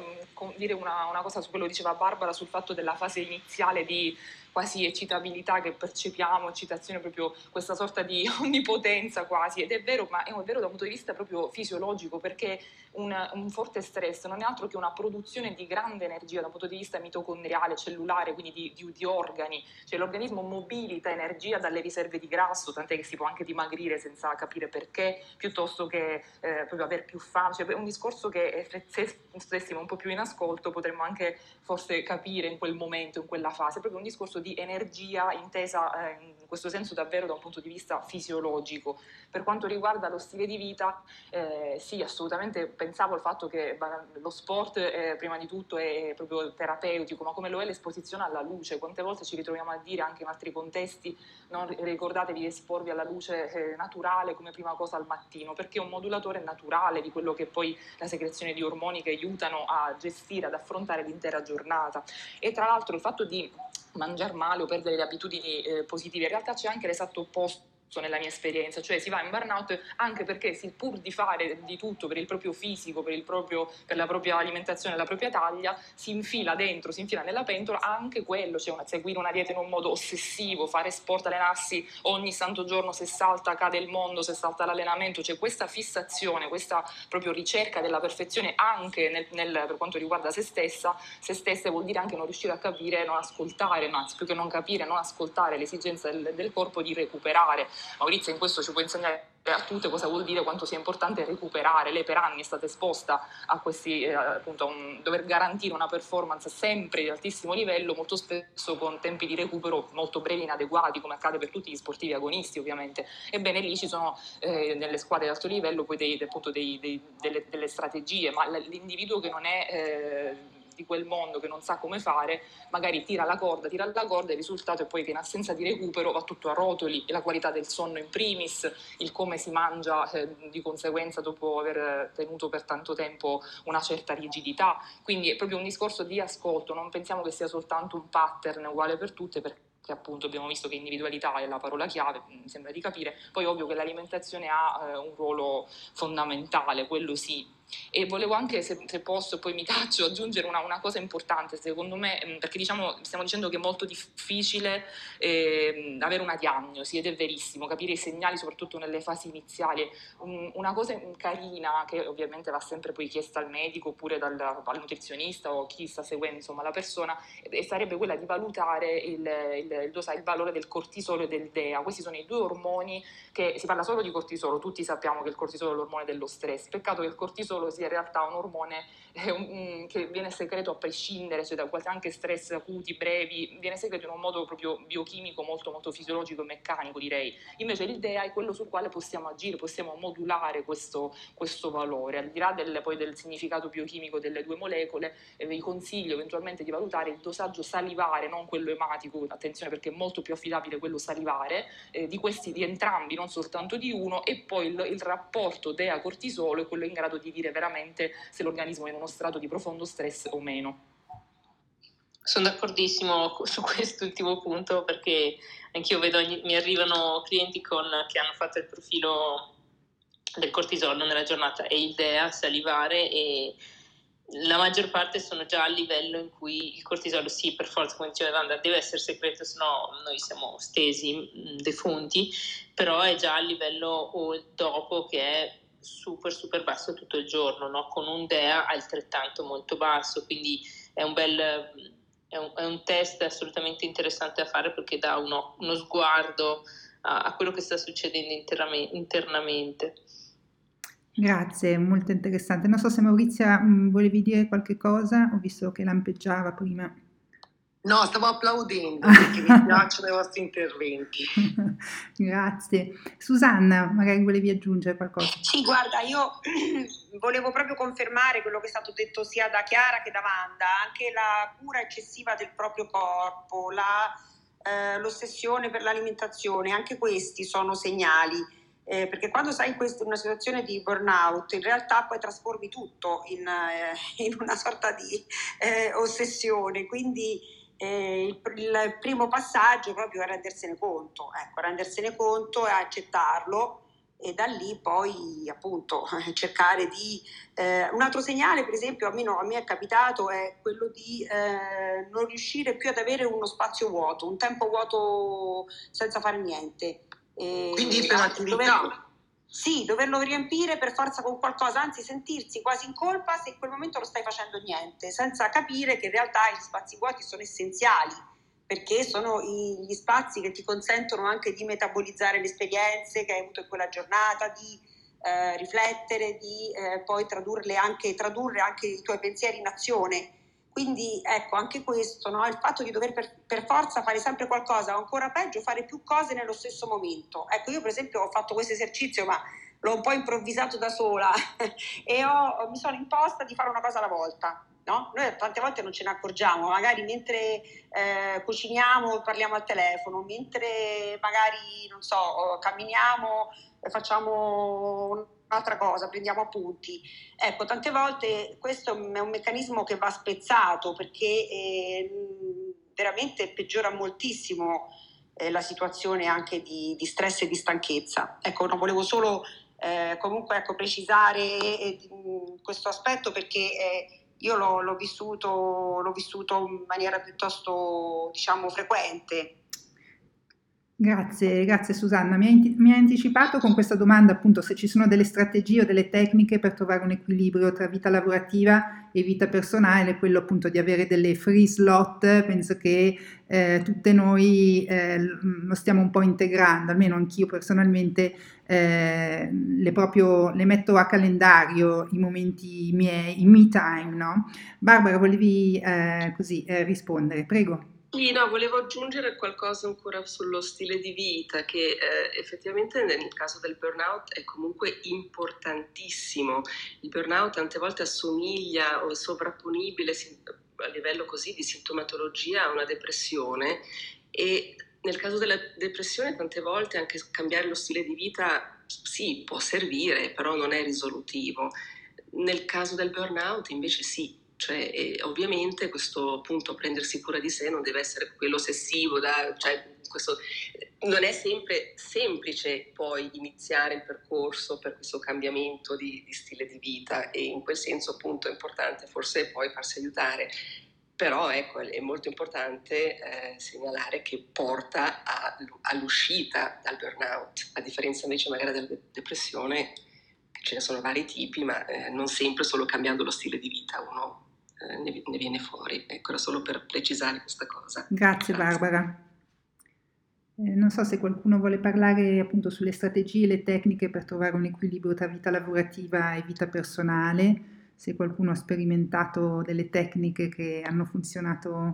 dire una cosa su quello che diceva Barbara sul fatto della fase iniziale di quasi eccitabilità che percepiamo, eccitazione, proprio questa sorta di onnipotenza quasi, ed è vero, ma è vero da un punto di vista proprio fisiologico, perché un forte stress non è altro che una produzione di grande energia da un punto di vista mitocondriale, cellulare, quindi di organi, cioè l'organismo mobilita energia dalle riserve di grasso, tant'è che si può anche dimagrire senza capire perché, piuttosto che proprio aver più fame, cioè è un discorso che se stessimo un po' più in ascolto potremmo anche forse capire in quel momento, in quella fase, è proprio un discorso di energia intesa in questo senso davvero da un punto di vista fisiologico. Per quanto riguarda lo stile di vita, sì, assolutamente pensavo al fatto che lo sport prima di tutto è proprio terapeutico, ma come lo è l'esposizione alla luce. Quante volte ci ritroviamo a dire anche in altri contesti, no, ricordatevi di esporvi alla luce naturale come prima cosa al mattino, perché è un modulatore naturale di quello che poi la secrezione di ormoni che aiutano a gestire, ad affrontare l'intera giornata. E tra l'altro il fatto di mangiare male o perdere le abitudini positive, in realtà c'è anche l'esatto opposto nella mia esperienza, cioè si va in burnout anche perché pur di fare di tutto per il proprio fisico, per la propria alimentazione, la propria taglia, si infila nella pentola anche quello, cioè seguire una dieta in un modo ossessivo, fare sport, allenarsi ogni santo giorno, se salta cade il mondo, se salta l'allenamento, cioè questa fissazione, questa proprio ricerca della perfezione anche per quanto riguarda se stesse vuol dire anche non riuscire a capire, non ascoltare, no, anzi più che non capire, non ascoltare l'esigenza del corpo di recuperare. Maurizio in questo ci può insegnare a tutte cosa vuol dire, quanto sia importante recuperare. Lei per anni è stata esposta a questi appunto dover garantire una performance sempre di altissimo livello, molto spesso con tempi di recupero molto brevi, inadeguati, come accade per tutti gli sportivi agonisti ovviamente. Ebbene lì ci sono nelle squadre di alto livello poi delle strategie, ma l'individuo che non è di quel mondo, che non sa come fare, magari tira la corda, il risultato è poi che in assenza di recupero va tutto a rotoli, e la qualità del sonno in primis, il come si mangia di conseguenza dopo aver tenuto per tanto tempo una certa rigidità. Quindi è proprio un discorso di ascolto, non pensiamo che sia soltanto un pattern uguale per tutte, perché appunto abbiamo visto che individualità è la parola chiave, mi sembra di capire. Poi ovvio che l'alimentazione ha un ruolo fondamentale, quello sì. E volevo anche, se posso, poi mi taccio, aggiungere una cosa importante secondo me, perché stiamo dicendo che è molto difficile avere una diagnosi, ed è verissimo, capire i segnali soprattutto nelle fasi iniziali. Una cosa carina, che ovviamente va sempre poi chiesta al medico oppure al nutrizionista o chi sta seguendo insomma la persona, sarebbe quella di valutare il valore del cortisolo e del DEA. Questi sono i due ormoni che si parla solo di cortisolo, tutti sappiamo che il cortisolo è l'ormone dello stress, peccato che il cortisolo cortisolo sia in realtà un ormone che viene secreto a prescindere, cioè da anche stress acuti, brevi, viene secreto in un modo proprio biochimico molto molto fisiologico e meccanico, direi. Invece l'idea è quello sul quale possiamo agire, possiamo modulare questo valore, al di là poi del significato biochimico delle due molecole. Vi consiglio eventualmente di valutare il dosaggio salivare, non quello ematico, attenzione perché è molto più affidabile quello salivare, di entrambi, non soltanto di uno, e poi il rapporto DEA-cortisolo è quello in grado di dire veramente se l'organismo è in uno strato di profondo stress o meno. Sono d'accordissimo su quest'ultimo punto, perché anch'io vedo, mi arrivano clienti che hanno fatto il profilo del cortisolo nella giornata e il DEA salivare, e la maggior parte sono già a livello in cui il cortisolo, sì, per forza, come diceva Wanda, deve essere segreto, sennò noi siamo stesi, defunti, però è già a livello o dopo che è super basso tutto il giorno, no? Con un DEA altrettanto molto basso, quindi è un test assolutamente interessante da fare, perché dà uno sguardo a quello che sta succedendo internamente. Grazie, molto interessante. Non so se Maurizia volevi dire qualche cosa, ho visto che lampeggiava prima. No, stavo applaudendo perché mi piacciono i vostri interventi. Grazie. Susanna, magari volevi aggiungere qualcosa? Sì, guarda, io volevo proprio confermare quello che è stato detto sia da Chiara che da Wanda, anche la cura eccessiva del proprio corpo, l'ossessione per l'alimentazione, anche questi sono segnali. Perché quando sei in una situazione di burnout, in realtà poi trasformi tutto in una sorta di ossessione, quindi il primo passaggio proprio è rendersene conto, e accettarlo, e da lì poi appunto cercare di un altro segnale, per esempio, a me è capitato, è quello di non riuscire più ad avere uno spazio vuoto, un tempo vuoto senza fare niente. Quindi iperattività. Sì, doverlo riempire per forza con qualcosa, anzi sentirsi quasi in colpa se in quel momento non stai facendo niente, senza capire che in realtà gli spazi vuoti sono essenziali, perché sono gli spazi che ti consentono anche di metabolizzare le esperienze che hai avuto in quella giornata, di riflettere, di poi tradurre anche i tuoi pensieri in azione. Quindi ecco, anche questo, no? Il fatto di dover per forza fare sempre qualcosa, o ancora peggio fare più cose nello stesso momento. Ecco, io per esempio ho fatto questo esercizio, ma l'ho un po' improvvisato da sola e mi sono imposta di fare una cosa alla volta. No? Noi tante volte non ce ne accorgiamo, magari mentre cuciniamo parliamo al telefono, mentre magari, non so, camminiamo, facciamo un'altra cosa, prendiamo appunti. Ecco, tante volte questo è un meccanismo che va spezzato, perché veramente peggiora moltissimo la situazione anche di stress e di stanchezza. Ecco, non volevo solo comunque precisare questo aspetto, perché io l'ho vissuto in maniera piuttosto, diciamo, frequente. Grazie Susanna. Mi hai anticipato con questa domanda appunto se ci sono delle strategie o delle tecniche per trovare un equilibrio tra vita lavorativa e vita personale, quello appunto di avere delle free slot. Penso che tutte noi lo stiamo un po' integrando, almeno anch'io personalmente le metto a calendario i momenti miei, i me time, no? Barbara, volevi rispondere, prego. Sì, no, volevo aggiungere qualcosa ancora sullo stile di vita, che effettivamente nel caso del burnout è comunque importantissimo. Il burnout tante volte assomiglia o è sovrapponibile a livello così di sintomatologia a una depressione, e nel caso della depressione tante volte anche cambiare lo stile di vita sì, può servire, però non è risolutivo. Nel caso del burnout invece sì. Cioè, ovviamente questo appunto prendersi cura di sé non deve essere quello ossessivo, non è sempre semplice poi iniziare il percorso per questo cambiamento di stile di vita, e in quel senso appunto è importante forse poi farsi aiutare, però ecco è molto importante segnalare che porta all'uscita dal burnout, a differenza invece magari della depressione. Ce ne sono vari tipi, ma non sempre solo cambiando lo stile di vita uno ne viene fuori. Ecco, era solo per precisare questa cosa. Grazie Barbara. Non so se qualcuno vuole parlare appunto sulle strategie e le tecniche per trovare un equilibrio tra vita lavorativa e vita personale, se qualcuno ha sperimentato delle tecniche che hanno funzionato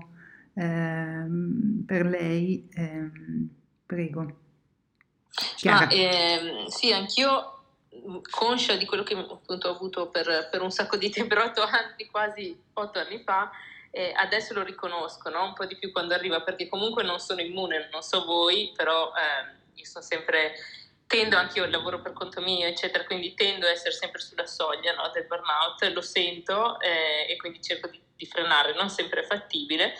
per lei, prego. Chiara. Sì, anch'io conscia di quello che appunto ho avuto per un sacco di tempo, 8 anni, quasi 8 anni fa, adesso lo riconosco, no? Un po' di più quando arriva, perché comunque non sono immune, non so voi, però io sono sempre, tendo anch'io al lavoro per conto mio, eccetera, quindi tendo a essere sempre sulla soglia, no, del burnout, lo sento e quindi cerco di frenare, non sempre è fattibile,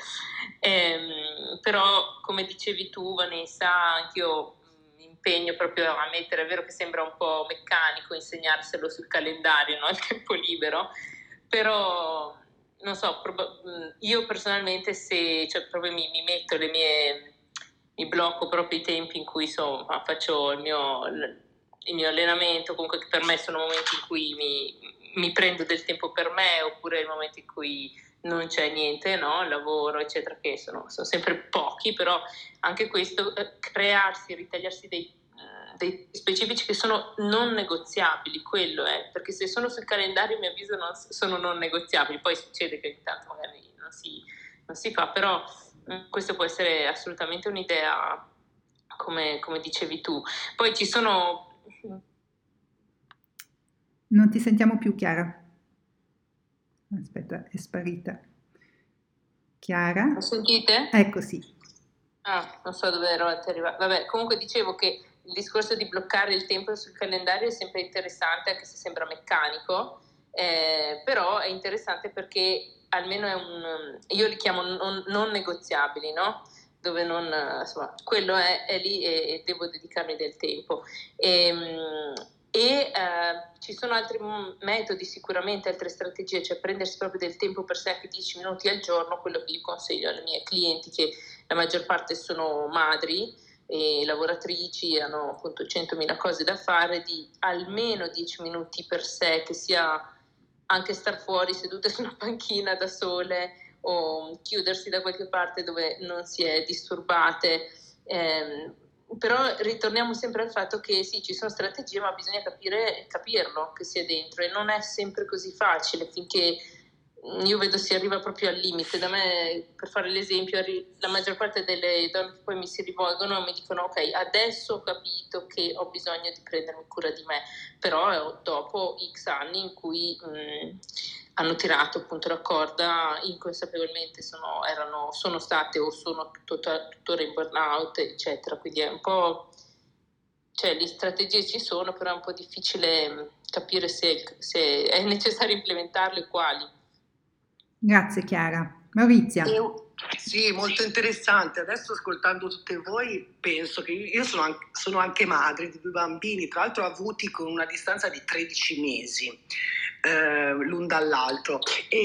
però come dicevi tu Vanessa, anch'io mi impegno proprio a mettere, è vero che sembra un po' meccanico insegnarselo sul calendario, no, il tempo libero, però non so, io personalmente cioè proprio mi metto mi blocco proprio i tempi in cui insomma faccio il mio allenamento, comunque che per me sono momenti in cui mi prendo del tempo per me, oppure il momento in cui non c'è niente, no? Lavoro, eccetera, che sono sempre pochi, però anche questo, crearsi, ritagliarsi dei specifici che sono non negoziabili, quello è, perché se sono sul calendario a mio avviso sono non negoziabili, poi succede che ogni tanto magari non si fa, però questo può essere assolutamente un'idea, come dicevi tu. Poi ci sono... Non ti sentiamo più, Chiara. Aspetta, è sparita. Chiara? Mi sentite? Ecco, sì. Non so dove ero arrivata. Vabbè, comunque dicevo che il discorso di bloccare il tempo sul calendario è sempre interessante, anche se sembra meccanico, però è interessante perché almeno io li chiamo non negoziabili, no? Dove insomma, quello è lì e devo dedicarmi del tempo. Ci sono altri metodi, sicuramente altre strategie, cioè prendersi proprio del tempo per sé, anche 10 minuti al giorno, quello che io consiglio alle mie clienti, che la maggior parte sono madri e lavoratrici, hanno appunto 100.000 cose da fare, di almeno 10 minuti per sé, che sia anche star fuori sedute su una panchina da sole o chiudersi da qualche parte dove non si è disturbate. Però ritorniamo sempre al fatto che sì, ci sono strategie, ma bisogna capirlo che sia dentro, e non è sempre così facile finché io vedo si arriva proprio al limite. Da me, per fare l'esempio, la maggior parte delle donne che poi mi si rivolgono mi dicono ok, adesso ho capito che ho bisogno di prendermi cura di me, però dopo X anni in cui hanno tirato appunto la corda inconsapevolmente, sono state o sono tuttora in burnout, eccetera. Quindi è un po', cioè le strategie ci sono, però è un po' difficile capire se è necessario implementarle e quali. Grazie Chiara. Maurizia. Sì, molto interessante. Adesso ascoltando tutte voi penso che io sono anche madre di 2 bambini, tra l'altro avuti con una distanza di 13 mesi l'un dall'altro,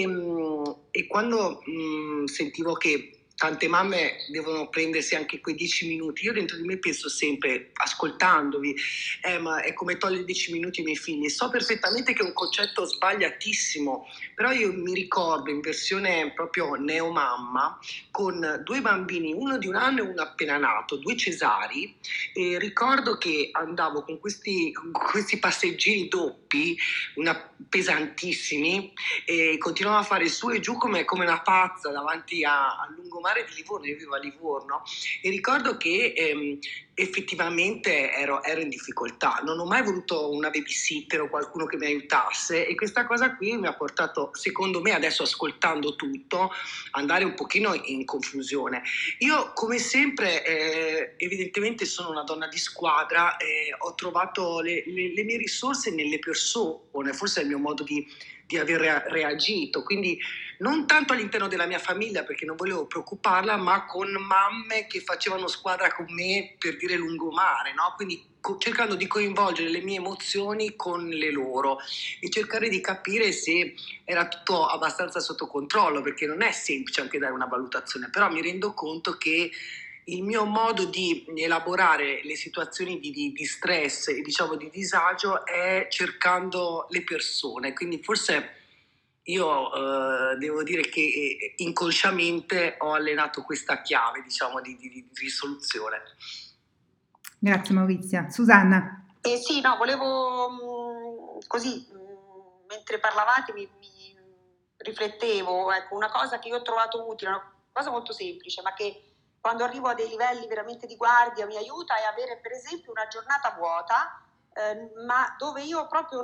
e quando sentivo che tante mamme devono prendersi anche quei 10 minuti, io dentro di me penso sempre, ascoltandovi, ma è come togliere 10 minuti ai miei figli. So perfettamente che è un concetto sbagliatissimo, però io mi ricordo in versione proprio neomamma, con 2 bambini, uno di 1 anno e uno appena nato, 2 cesari, e ricordo che andavo con questi passeggini doppi, pesantissimi, e continuavo a fare su e giù come una pazza davanti al lungomare di Livorno. Io vivo a Livorno e ricordo che effettivamente ero in difficoltà, non ho mai voluto una babysitter o qualcuno che mi aiutasse, e questa cosa qui mi ha portato, secondo me, adesso ascoltando tutto, andare un pochino in confusione. Io come sempre evidentemente sono una donna di squadra, ho trovato le mie risorse nelle persone, forse è il mio modo di aver reagito, quindi non tanto all'interno della mia famiglia perché non volevo preoccuparla, ma con mamme che facevano squadra con me, per dire lungomare, no? Quindi cercando di coinvolgere le mie emozioni con le loro e cercare di capire se era tutto abbastanza sotto controllo, perché non è semplice anche dare una valutazione, però mi rendo conto che il mio modo di elaborare le situazioni di stress e diciamo di disagio è cercando le persone, quindi forse Io devo dire che inconsciamente ho allenato questa chiave, diciamo, di risoluzione. Grazie Maurizia. Susanna. Sì, no, volevo così, mentre parlavate mi riflettevo, ecco, una cosa che io ho trovato utile, una cosa molto semplice, ma che quando arrivo a dei livelli veramente di guardia mi aiuta, è avere per esempio una giornata vuota, ma dove io proprio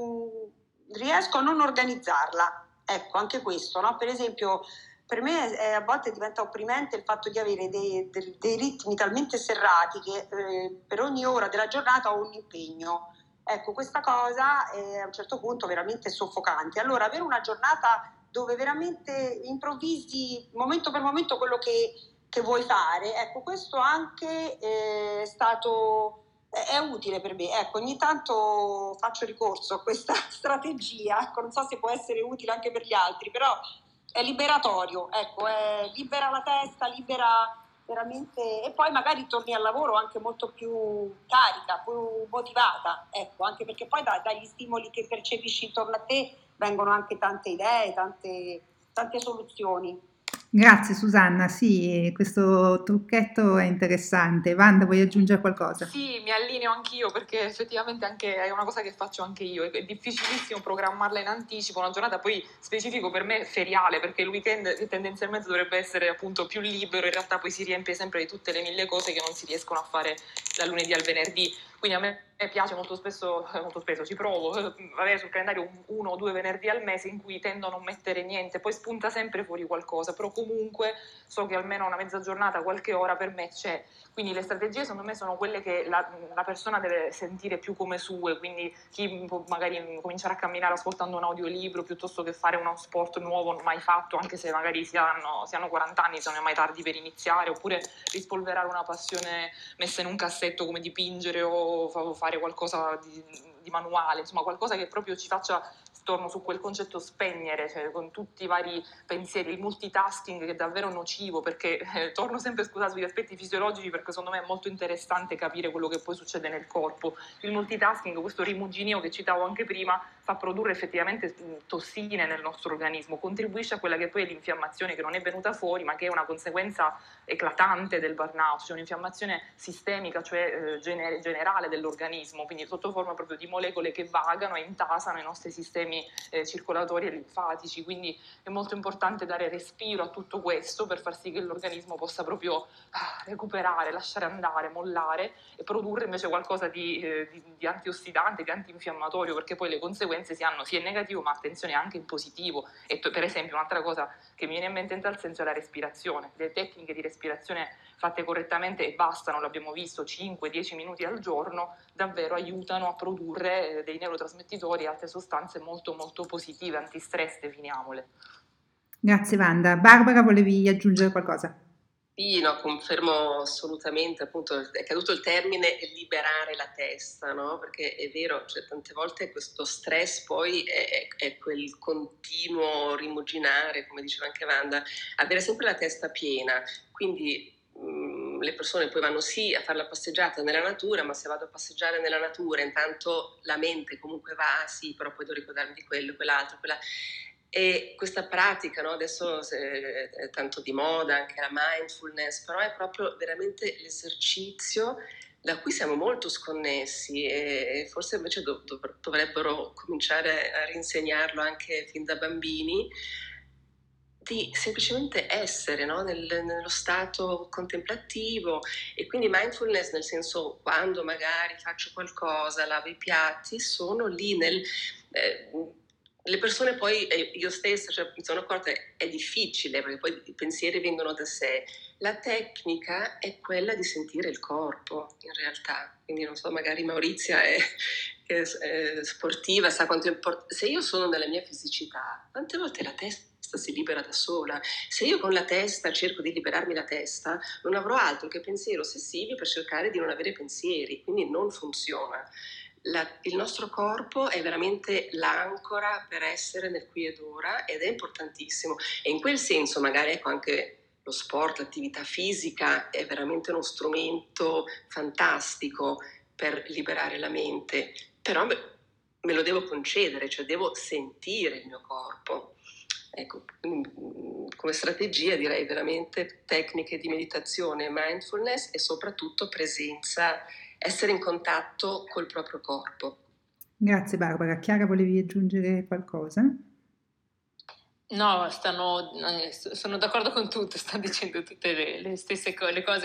riesco a non organizzarla. Ecco, anche questo, no? Per esempio, per me a volte diventa opprimente il fatto di avere dei ritmi talmente serrati che per ogni ora della giornata ho un impegno. Ecco, questa cosa è a un certo punto veramente soffocante. Allora, avere una giornata dove veramente improvvisi momento per momento quello che vuoi fare, ecco, questo anche è stato è utile per me. Ecco, ogni tanto faccio ricorso a questa strategia, ecco, non so se può essere utile anche per gli altri, però è liberatorio, ecco, libera la testa, libera veramente, e poi magari torni al lavoro anche molto più carica, più motivata, ecco, anche perché poi dagli stimoli che percepisci intorno a te vengono anche tante idee, tante soluzioni. Grazie Susanna, sì, questo trucchetto è interessante. Wanda, vuoi aggiungere qualcosa? Sì, mi allineo anch'io perché effettivamente anche è una cosa che faccio anche io. È difficilissimo programmarla in anticipo, una giornata poi specifico per me feriale, perché il weekend tendenzialmente dovrebbe essere appunto più libero, in realtà poi si riempie sempre di tutte le mille cose che non si riescono a fare dal lunedì al venerdì. Quindi a me piace molto spesso ci provo, avere sul calendario uno o due venerdì al mese in cui tendo a non mettere niente, poi spunta sempre fuori qualcosa, però comunque so che almeno una mezza giornata, qualche ora per me c'è. Quindi le strategie secondo me sono quelle che la persona deve sentire più come sue, quindi chi può magari cominciare a camminare ascoltando un audiolibro piuttosto che fare uno sport nuovo mai fatto, anche se magari si hanno 40 anni, se non è mai tardi per iniziare, oppure rispolverare una passione messa in un cassetto come dipingere o fare qualcosa di manuale, insomma qualcosa che proprio ci faccia, torno su quel concetto, spegnere, cioè con tutti i vari pensieri, il multitasking che è davvero nocivo, perché torno sempre, scusate, sugli aspetti fisiologici, perché secondo me è molto interessante capire quello che poi succede nel corpo. Il multitasking, questo rimuginio che citavo anche prima, fa produrre effettivamente tossine nel nostro organismo, contribuisce a quella che poi è l'infiammazione, che non è venuta fuori, ma che è una conseguenza eclatante del burnout, cioè un'infiammazione sistemica, cioè generale dell'organismo, quindi sotto forma proprio di molecole che vagano e intasano i nostri sistemi circolatori e linfatici, quindi è molto importante dare respiro a tutto questo per far sì che l'organismo possa proprio recuperare, lasciare andare, mollare e produrre invece qualcosa di antiossidante, di antinfiammatorio, perché poi le conseguenze si hanno sia in negativo ma attenzione anche in positivo. E per esempio un'altra cosa che mi viene in mente in tal senso è la respirazione. Le tecniche di respirazione fatte correttamente e bastano, l'abbiamo visto, 5-10 minuti al giorno, davvero aiutano a produrre dei neurotrasmettitori e altre sostanze molto molto positive, antistress, definiamole. Grazie Wanda. Barbara, volevi aggiungere qualcosa? Sì, no, confermo assolutamente, appunto è caduto il termine liberare la testa, no? Perché è vero, cioè, tante volte questo stress poi è quel continuo rimuginare, come diceva anche Wanda, avere sempre la testa piena, quindi le persone poi vanno sì a fare la passeggiata nella natura, ma se vado a passeggiare nella natura intanto la mente comunque va, sì, però poi devo ricordarmi di quello, quell'altro, E questa pratica, no? Adesso è tanto di moda anche la mindfulness, però è proprio veramente l'esercizio da cui siamo molto sconnessi e forse invece dovrebbero cominciare a rinsegnarlo anche fin da bambini, di semplicemente essere, no? Nello stato contemplativo, e quindi mindfulness nel senso, quando magari faccio qualcosa, lavo i piatti, sono lì le persone poi, io stessa, cioè, mi sono accorta che è difficile perché poi i pensieri vengono da sé. La tecnica è quella di sentire il corpo in realtà, quindi non so, magari Maurizia è sportiva, sa quanto è importante. Se io sono nella mia fisicità, tante volte la testa si libera da sola. Se io con la testa cerco di liberarmi la testa, non avrò altro che pensieri ossessivi per cercare di non avere pensieri, quindi non funziona. Il nostro corpo è veramente l'ancora per essere nel qui ed ora ed è importantissimo, e in quel senso magari ecco anche lo sport, l'attività fisica è veramente uno strumento fantastico per liberare la mente, però me lo devo concedere, cioè devo sentire il mio corpo. Ecco, come strategia direi veramente tecniche di meditazione, mindfulness e soprattutto presenza, essere in contatto col proprio corpo. Grazie Barbara. Chiara, volevi aggiungere qualcosa? No, sono d'accordo con tutto, sta dicendo tutte le stesse le cose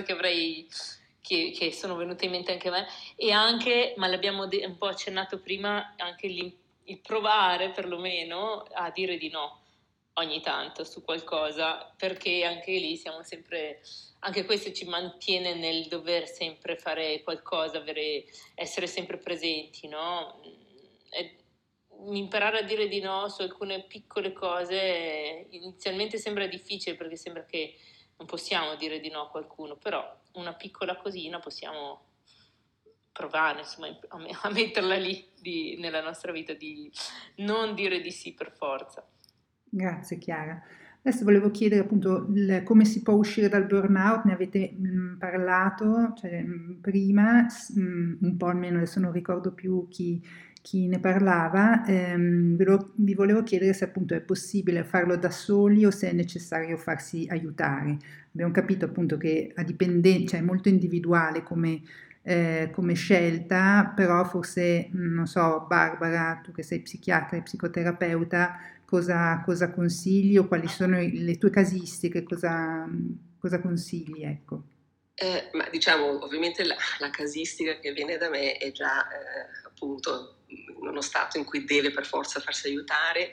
che sono venute in mente anche a me, e anche, ma l'abbiamo un po' accennato prima, anche il provare perlomeno a dire di no ogni tanto su qualcosa, perché anche lì siamo sempre, anche questo ci mantiene nel dover sempre fare qualcosa, essere sempre presenti, no? Imparare a dire di no su alcune piccole cose inizialmente sembra difficile, perché sembra che non possiamo dire di no a qualcuno, però una piccola cosina possiamo provare, insomma, a metterla lì nella nostra vita, di non dire di sì per forza. Grazie Chiara. Adesso volevo chiedere appunto come si può uscire dal burnout, ne avete parlato prima, un po' almeno, adesso non ricordo più chi ne parlava. Vi volevo chiedere se appunto è possibile farlo da soli o se è necessario farsi aiutare. Abbiamo capito appunto che cioè è molto individuale come scelta, però forse, non so, Barbara, tu che sei psichiatra e psicoterapeuta, cosa consigli o quali sono le tue casistiche, cosa consigli, ecco. Ma diciamo, ovviamente la casistica che viene da me è già appunto in uno stato in cui deve per forza farsi aiutare,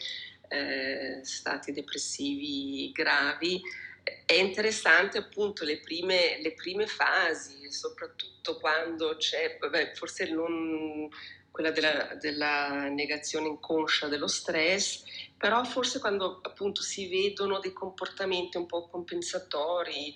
stati depressivi gravi. È interessante appunto le prime fasi, soprattutto quando c'è, forse non quella della negazione inconscia dello stress, però forse quando appunto si vedono dei comportamenti un po' compensatori,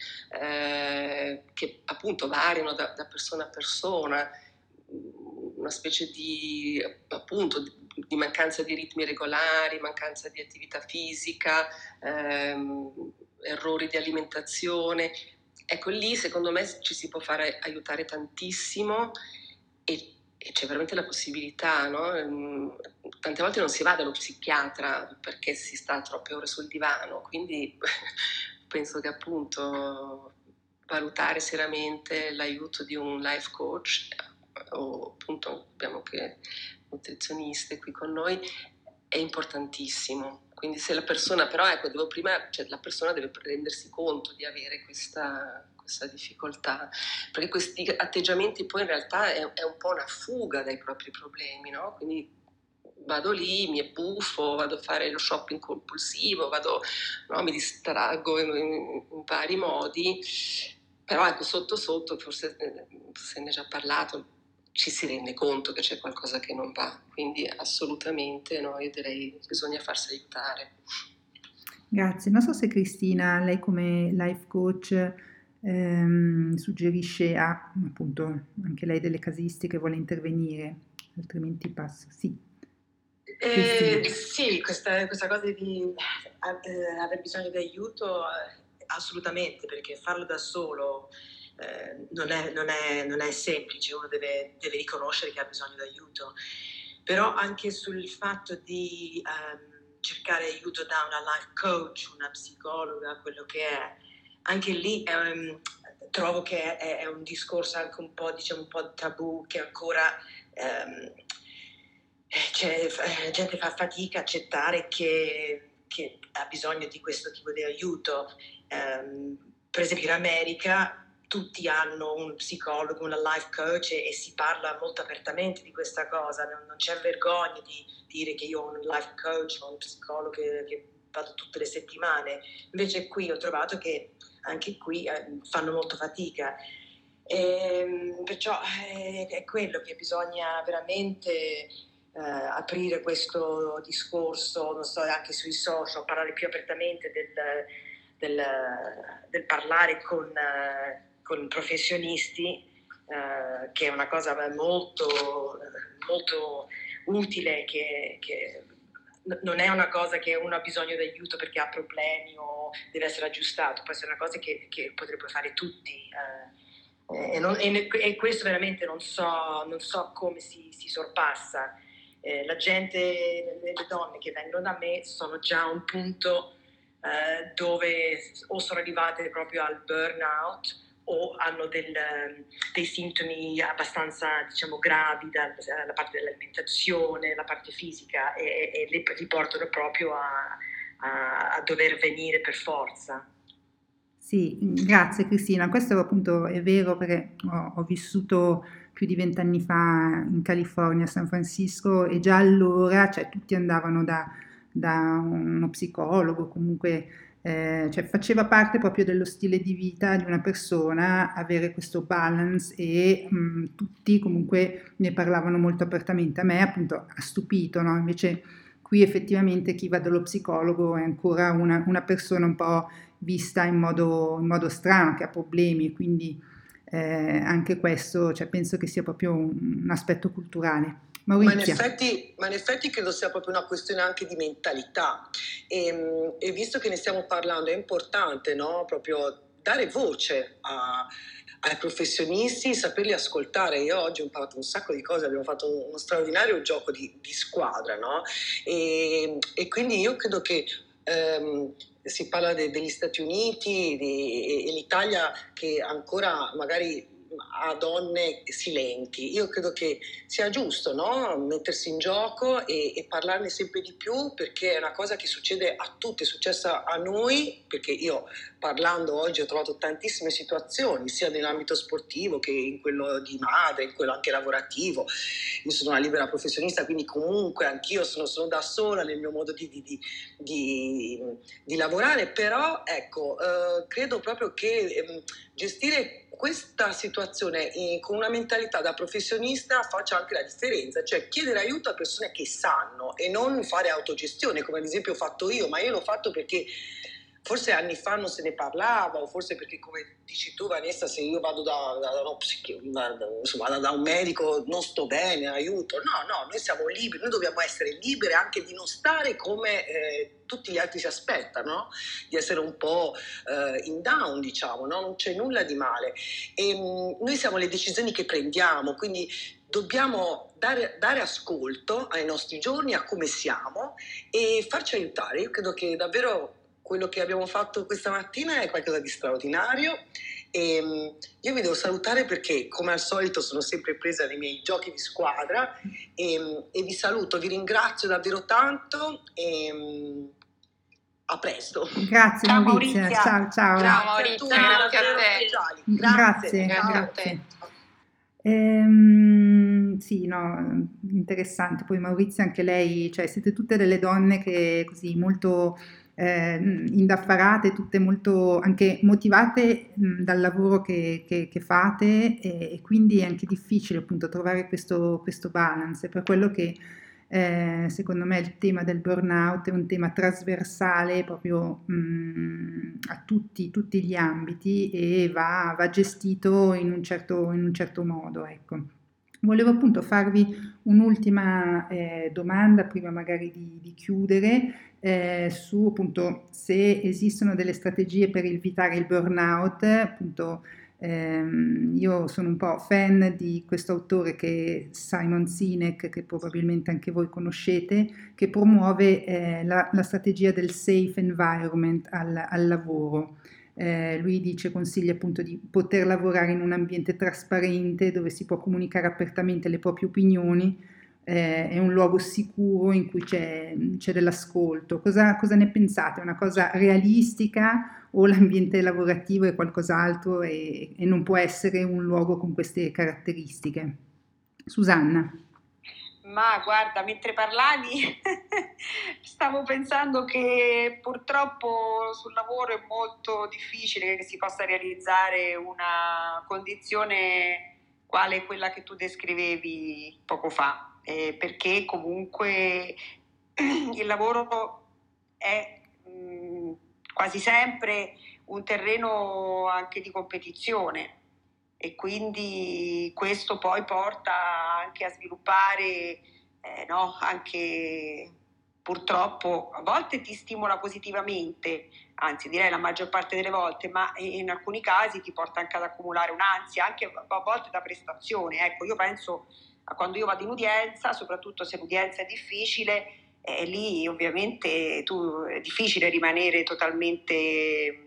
che appunto variano da persona a persona, una specie di appunto di mancanza di ritmi regolari, mancanza di attività fisica, errori di alimentazione. Ecco, lì secondo me ci si può fare aiutare tantissimo e c'è veramente la possibilità, no? Tante volte non si va dallo psichiatra perché si sta troppe ore sul divano, quindi penso che appunto valutare seriamente l'aiuto di un life coach o appunto abbiamo che nutrizioniste qui con noi è importantissimo. Quindi se la persona, però ecco, la persona deve rendersi conto di avere questa difficoltà, perché questi atteggiamenti poi in realtà è un po' una fuga dai propri problemi, no? Quindi vado lì, mi buffo, vado a fare lo shopping compulsivo, no, mi distraggo in vari modi, però ecco, sotto sotto, forse se ne è già parlato, ci si rende conto che c'è qualcosa che non va, quindi assolutamente no, io direi che bisogna farsi aiutare. Grazie. Non so se Cristina, lei come life coach, suggerisce appunto anche lei delle casistiche, vuole intervenire, altrimenti passo. Sì. Sì, questa cosa di aver bisogno di aiuto, assolutamente, perché farlo da solo non è semplice, uno deve riconoscere che ha bisogno di aiuto, però anche sul fatto di cercare aiuto da una life coach, una psicologa, quello che è, anche lì trovo che è un discorso anche un po', diciamo, un po' tabù, che ancora la gente fa fatica a accettare che ha bisogno di questo tipo di aiuto. Per esempio in America tutti hanno un psicologo, una life coach e si parla molto apertamente di questa cosa, non c'è vergogna di dire che io ho un life coach o un psicologo che vado tutte le settimane. Invece qui ho trovato che anche qui fanno molto fatica. Perciò è quello che bisogna veramente aprire questo discorso, non so, anche sui social, parlare più apertamente del parlare con professionisti, che è una cosa molto, molto utile, che non è una cosa che uno ha bisogno di aiuto perché ha problemi o deve essere aggiustato, può essere una cosa che potrebbero fare tutti. E questo veramente non so come si sorpassa. la gente, le donne che vengono da me sono già a un punto dove o sono arrivate proprio al burnout o hanno dei sintomi abbastanza, diciamo, gravi dalla parte dell'alimentazione, la parte fisica, e li portano proprio a dover venire per forza. Sì, grazie Cristina, questo appunto è vero perché ho vissuto più di 20 anni fa in California, a San Francisco, e già allora, cioè, tutti andavano da uno psicologo, comunque cioè, faceva parte proprio dello stile di vita di una persona avere questo balance, e tutti comunque ne parlavano molto apertamente. A me appunto ha stupito, no? Invece qui effettivamente chi va dallo psicologo è ancora una persona un po' vista in modo strano, che ha problemi, quindi anche questo, cioè, penso che sia proprio un aspetto culturale. Maurizia. Ma in effetti credo sia proprio una questione anche di mentalità, e visto che ne stiamo parlando è importante, no? Proprio dare voce ai professionisti, saperli ascoltare. Io oggi ho imparato un sacco di cose, abbiamo fatto uno straordinario gioco di squadra, no? E quindi io credo che si parla degli Stati Uniti e l'Italia che ancora magari ha donne silenti. Io credo che sia giusto, no? Mettersi in gioco e parlarne sempre di più, perché è una cosa che succede a tutti, è successa a noi, perché io parlando oggi ho trovato tantissime situazioni, sia nell'ambito sportivo che in quello di madre, in quello anche lavorativo. Io sono una libera professionista, quindi comunque anch'io sono da sola nel mio modo di lavorare, però ecco, credo proprio che gestire questa situazione con una mentalità da professionista faccia anche la differenza, cioè chiedere aiuto a persone che sanno e non fare autogestione, come ad esempio ho fatto io, ma io l'ho fatto perché forse anni fa non se ne parlava, o forse perché, come dici tu Vanessa, se io vado da un medico non sto bene, aiuto. No, noi siamo liberi, noi dobbiamo essere liberi anche di non stare come tutti gli altri si aspettano, di essere un po' in down, diciamo, no? Non c'è nulla di male. E noi siamo le decisioni che prendiamo, quindi dobbiamo dare ascolto ai nostri giorni, a come siamo, e farci aiutare. Io credo che davvero quello che abbiamo fatto questa mattina è qualcosa di straordinario, e io vi devo salutare perché come al solito sono sempre presa nei miei giochi di squadra, e vi saluto, vi ringrazio davvero tanto, e a presto. Grazie Maurizia. Ciao. Ciao Maurizia, grazie a te. Grazie. Sì, no, interessante. Poi Maurizia, anche lei, cioè siete tutte delle donne che così molto indaffarate, tutte molto anche motivate dal lavoro che fate, e quindi è anche difficile appunto trovare questo balance. Per quello che secondo me il tema del burnout è un tema trasversale proprio a tutti gli ambiti, e va gestito in un certo modo, ecco. Volevo appunto farvi un'ultima domanda prima magari di chiudere, su appunto se esistono delle strategie per evitare il burnout. Appunto io sono un po' fan di questo autore che è Simon Sinek, che probabilmente anche voi conoscete, che promuove la strategia del safe environment al lavoro. Lui consiglia appunto di poter lavorare in un ambiente trasparente dove si può comunicare apertamente le proprie opinioni, è un luogo sicuro in cui c'è dell'ascolto. Cosa ne pensate? È una cosa realistica o l'ambiente lavorativo è qualcos'altro e non può essere un luogo con queste caratteristiche? Susanna. Ma guarda, mentre parlavi stavo pensando che purtroppo sul lavoro è molto difficile che si possa realizzare una condizione quale quella che tu descrivevi poco fa, perché comunque il lavoro è quasi sempre un terreno anche di competizione. E quindi questo poi porta anche a sviluppare, anche purtroppo a volte ti stimola positivamente, anzi direi la maggior parte delle volte, ma in alcuni casi ti porta anche ad accumulare un'ansia, anche a volte da prestazione. Ecco, io penso a quando io vado in udienza, soprattutto se l'udienza è difficile, lì ovviamente è difficile rimanere totalmente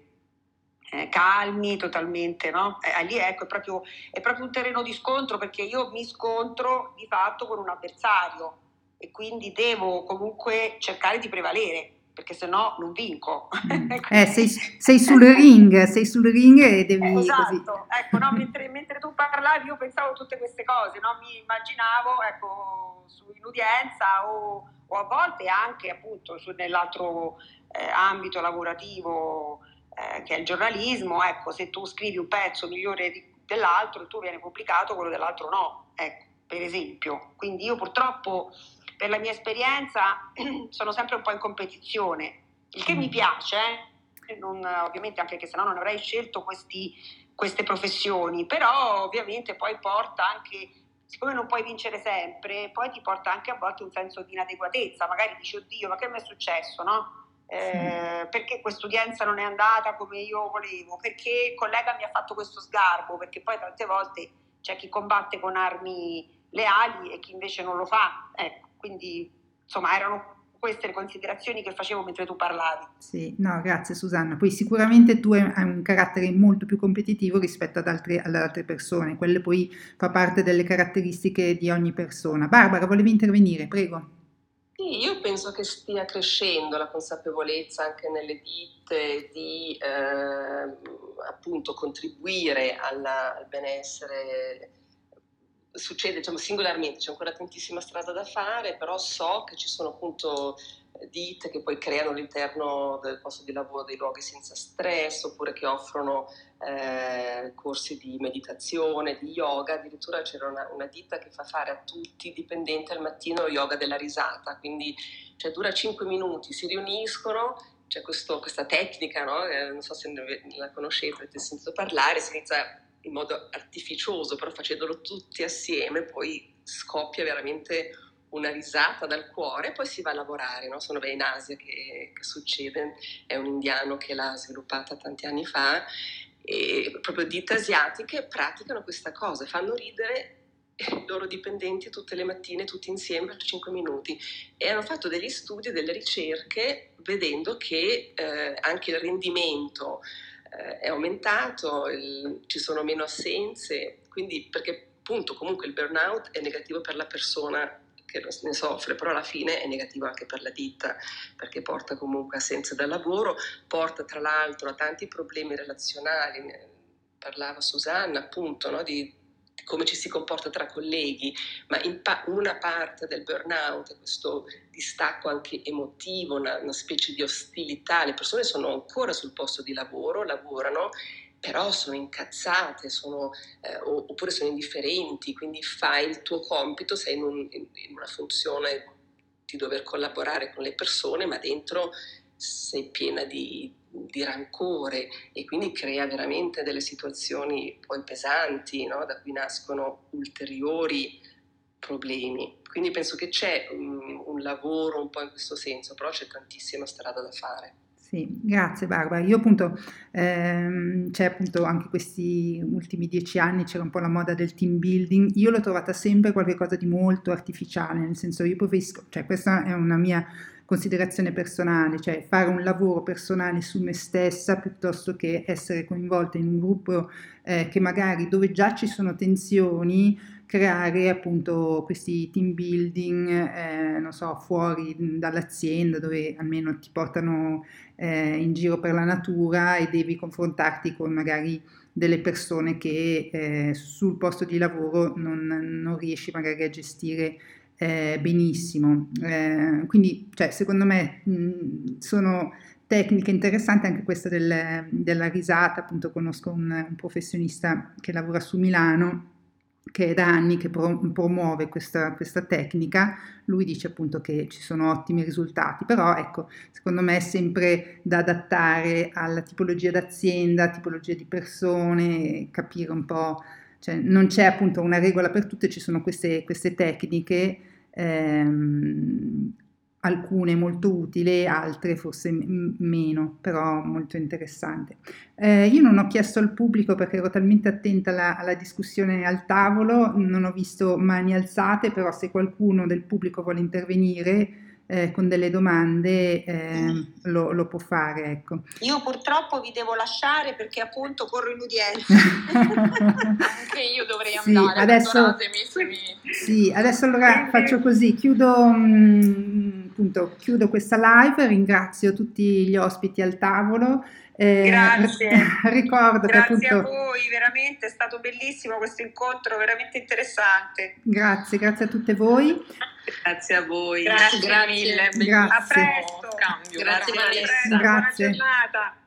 calmi, totalmente, no? Lì ecco, è proprio un terreno di scontro, perché io mi scontro di fatto con un avversario e quindi devo comunque cercare di prevalere, perché sennò non vinco. Sei sul ring e devi esatto, così. ecco, no, mentre tu parlavi io pensavo tutte queste cose, no? Mi immaginavo, ecco, in udienza o a volte anche appunto nell'altro ambito lavorativo che è il giornalismo, ecco, se tu scrivi un pezzo migliore dell'altro, il tuo viene pubblicato, quello dell'altro no, ecco, per esempio. Quindi io purtroppo, per la mia esperienza, sono sempre un po' in competizione, il che mi piace, ovviamente anche perché sennò non avrei scelto queste professioni, però ovviamente poi porta anche, siccome non puoi vincere sempre, poi ti porta anche a volte un senso di inadeguatezza, magari dici oddio ma che mi è successo, no? Perché quest'udienza non è andata come io volevo, perché il collega mi ha fatto questo sgarbo, perché poi tante volte c'è chi combatte con armi leali e chi invece non lo fa, ecco, quindi insomma erano queste le considerazioni che facevo mentre tu parlavi. Sì, no, grazie Susanna. Poi sicuramente tu hai un carattere molto più competitivo rispetto ad altre persone, quelle poi fa parte delle caratteristiche di ogni persona. Barbara, volevi intervenire? Prego. Sì, io penso che stia crescendo la consapevolezza anche nelle ditte di appunto contribuire al benessere. Succede, diciamo, singolarmente, c'è ancora tantissima strada da fare, però so che ci sono appunto ditte che poi creano all'interno del posto di lavoro dei luoghi senza stress, oppure che offrono corsi di meditazione, di yoga. Addirittura c'era una ditta che fa fare a tutti i dipendenti al mattino yoga della risata, quindi cioè, dura 5 minuti, si riuniscono, c'è questa tecnica, no? Non so se la conoscete, avete sentito parlare, si inizia in modo artificioso, però facendolo tutti assieme poi scoppia veramente una risata dal cuore e poi si va a lavorare, no? Sono in Asia che succede, è un indiano che l'ha sviluppata tanti anni fa, e proprio ditte asiatiche praticano questa cosa, fanno ridere i loro dipendenti tutte le mattine, tutti insieme per 5 minuti, e hanno fatto degli studi, delle ricerche, vedendo che anche il rendimento è aumentato, ci sono meno assenze, quindi perché appunto comunque il burnout è negativo per la persona che ne soffre, però alla fine è negativo anche per la ditta, perché porta comunque assenze dal lavoro, porta tra l'altro a tanti problemi relazionali. Parlava Susanna appunto, no, di come ci si comporta tra colleghi, ma una parte del burnout è questo distacco anche emotivo, una specie di ostilità. Le persone sono ancora sul posto di lavoro, lavorano, però sono incazzate, oppure sono indifferenti, quindi fai il tuo compito, sei in una funzione di dover collaborare con le persone, ma dentro sei piena di rancore, e quindi crea veramente delle situazioni poi pesanti, no? Da cui nascono ulteriori problemi. Quindi penso che c'è un lavoro un po' in questo senso, però c'è tantissima strada da fare. Sì, grazie Barbara. Io appunto, c'è appunto anche questi ultimi 10 anni c'era un po' la moda del team building, io l'ho trovata sempre qualcosa di molto artificiale, nel senso io preferisco, cioè questa è una mia considerazione personale, cioè fare un lavoro personale su me stessa piuttosto che essere coinvolta in un gruppo che magari dove già ci sono tensioni, creare appunto questi team building, non so, fuori dall'azienda dove almeno ti portano in giro per la natura e devi confrontarti con magari delle persone che sul posto di lavoro non riesci magari a gestire benissimo. Quindi, cioè, secondo me sono tecniche interessanti, anche questa della risata. Appunto conosco un professionista che lavora su Milano, che è da anni che promuove questa tecnica. Lui dice appunto che ci sono ottimi risultati, però ecco, secondo me è sempre da adattare alla tipologia d'azienda, tipologia di persone, capire un po', cioè non c'è appunto una regola per tutte, ci sono queste tecniche alcune molto utili, altre forse meno, però molto interessante. Io non ho chiesto al pubblico perché ero talmente attenta alla discussione al tavolo, non ho visto mani alzate, però se qualcuno del pubblico vuole intervenire con delle domande lo può fare, ecco. Io purtroppo vi devo lasciare perché appunto corro in udienza. Anche io dovrei andare, perdonatemi se mi... Sì, adesso allora faccio così, chiudo questa live, ringrazio tutti gli ospiti al tavolo. Grazie. Ricordo che Grazie appunto... a voi, veramente è stato bellissimo questo incontro, veramente interessante. Grazie a tutte voi. Grazie a voi. Grazie mille. Grazie. A presto. Cambio. Grazie, Vanessa. Grazie. Buona giornata.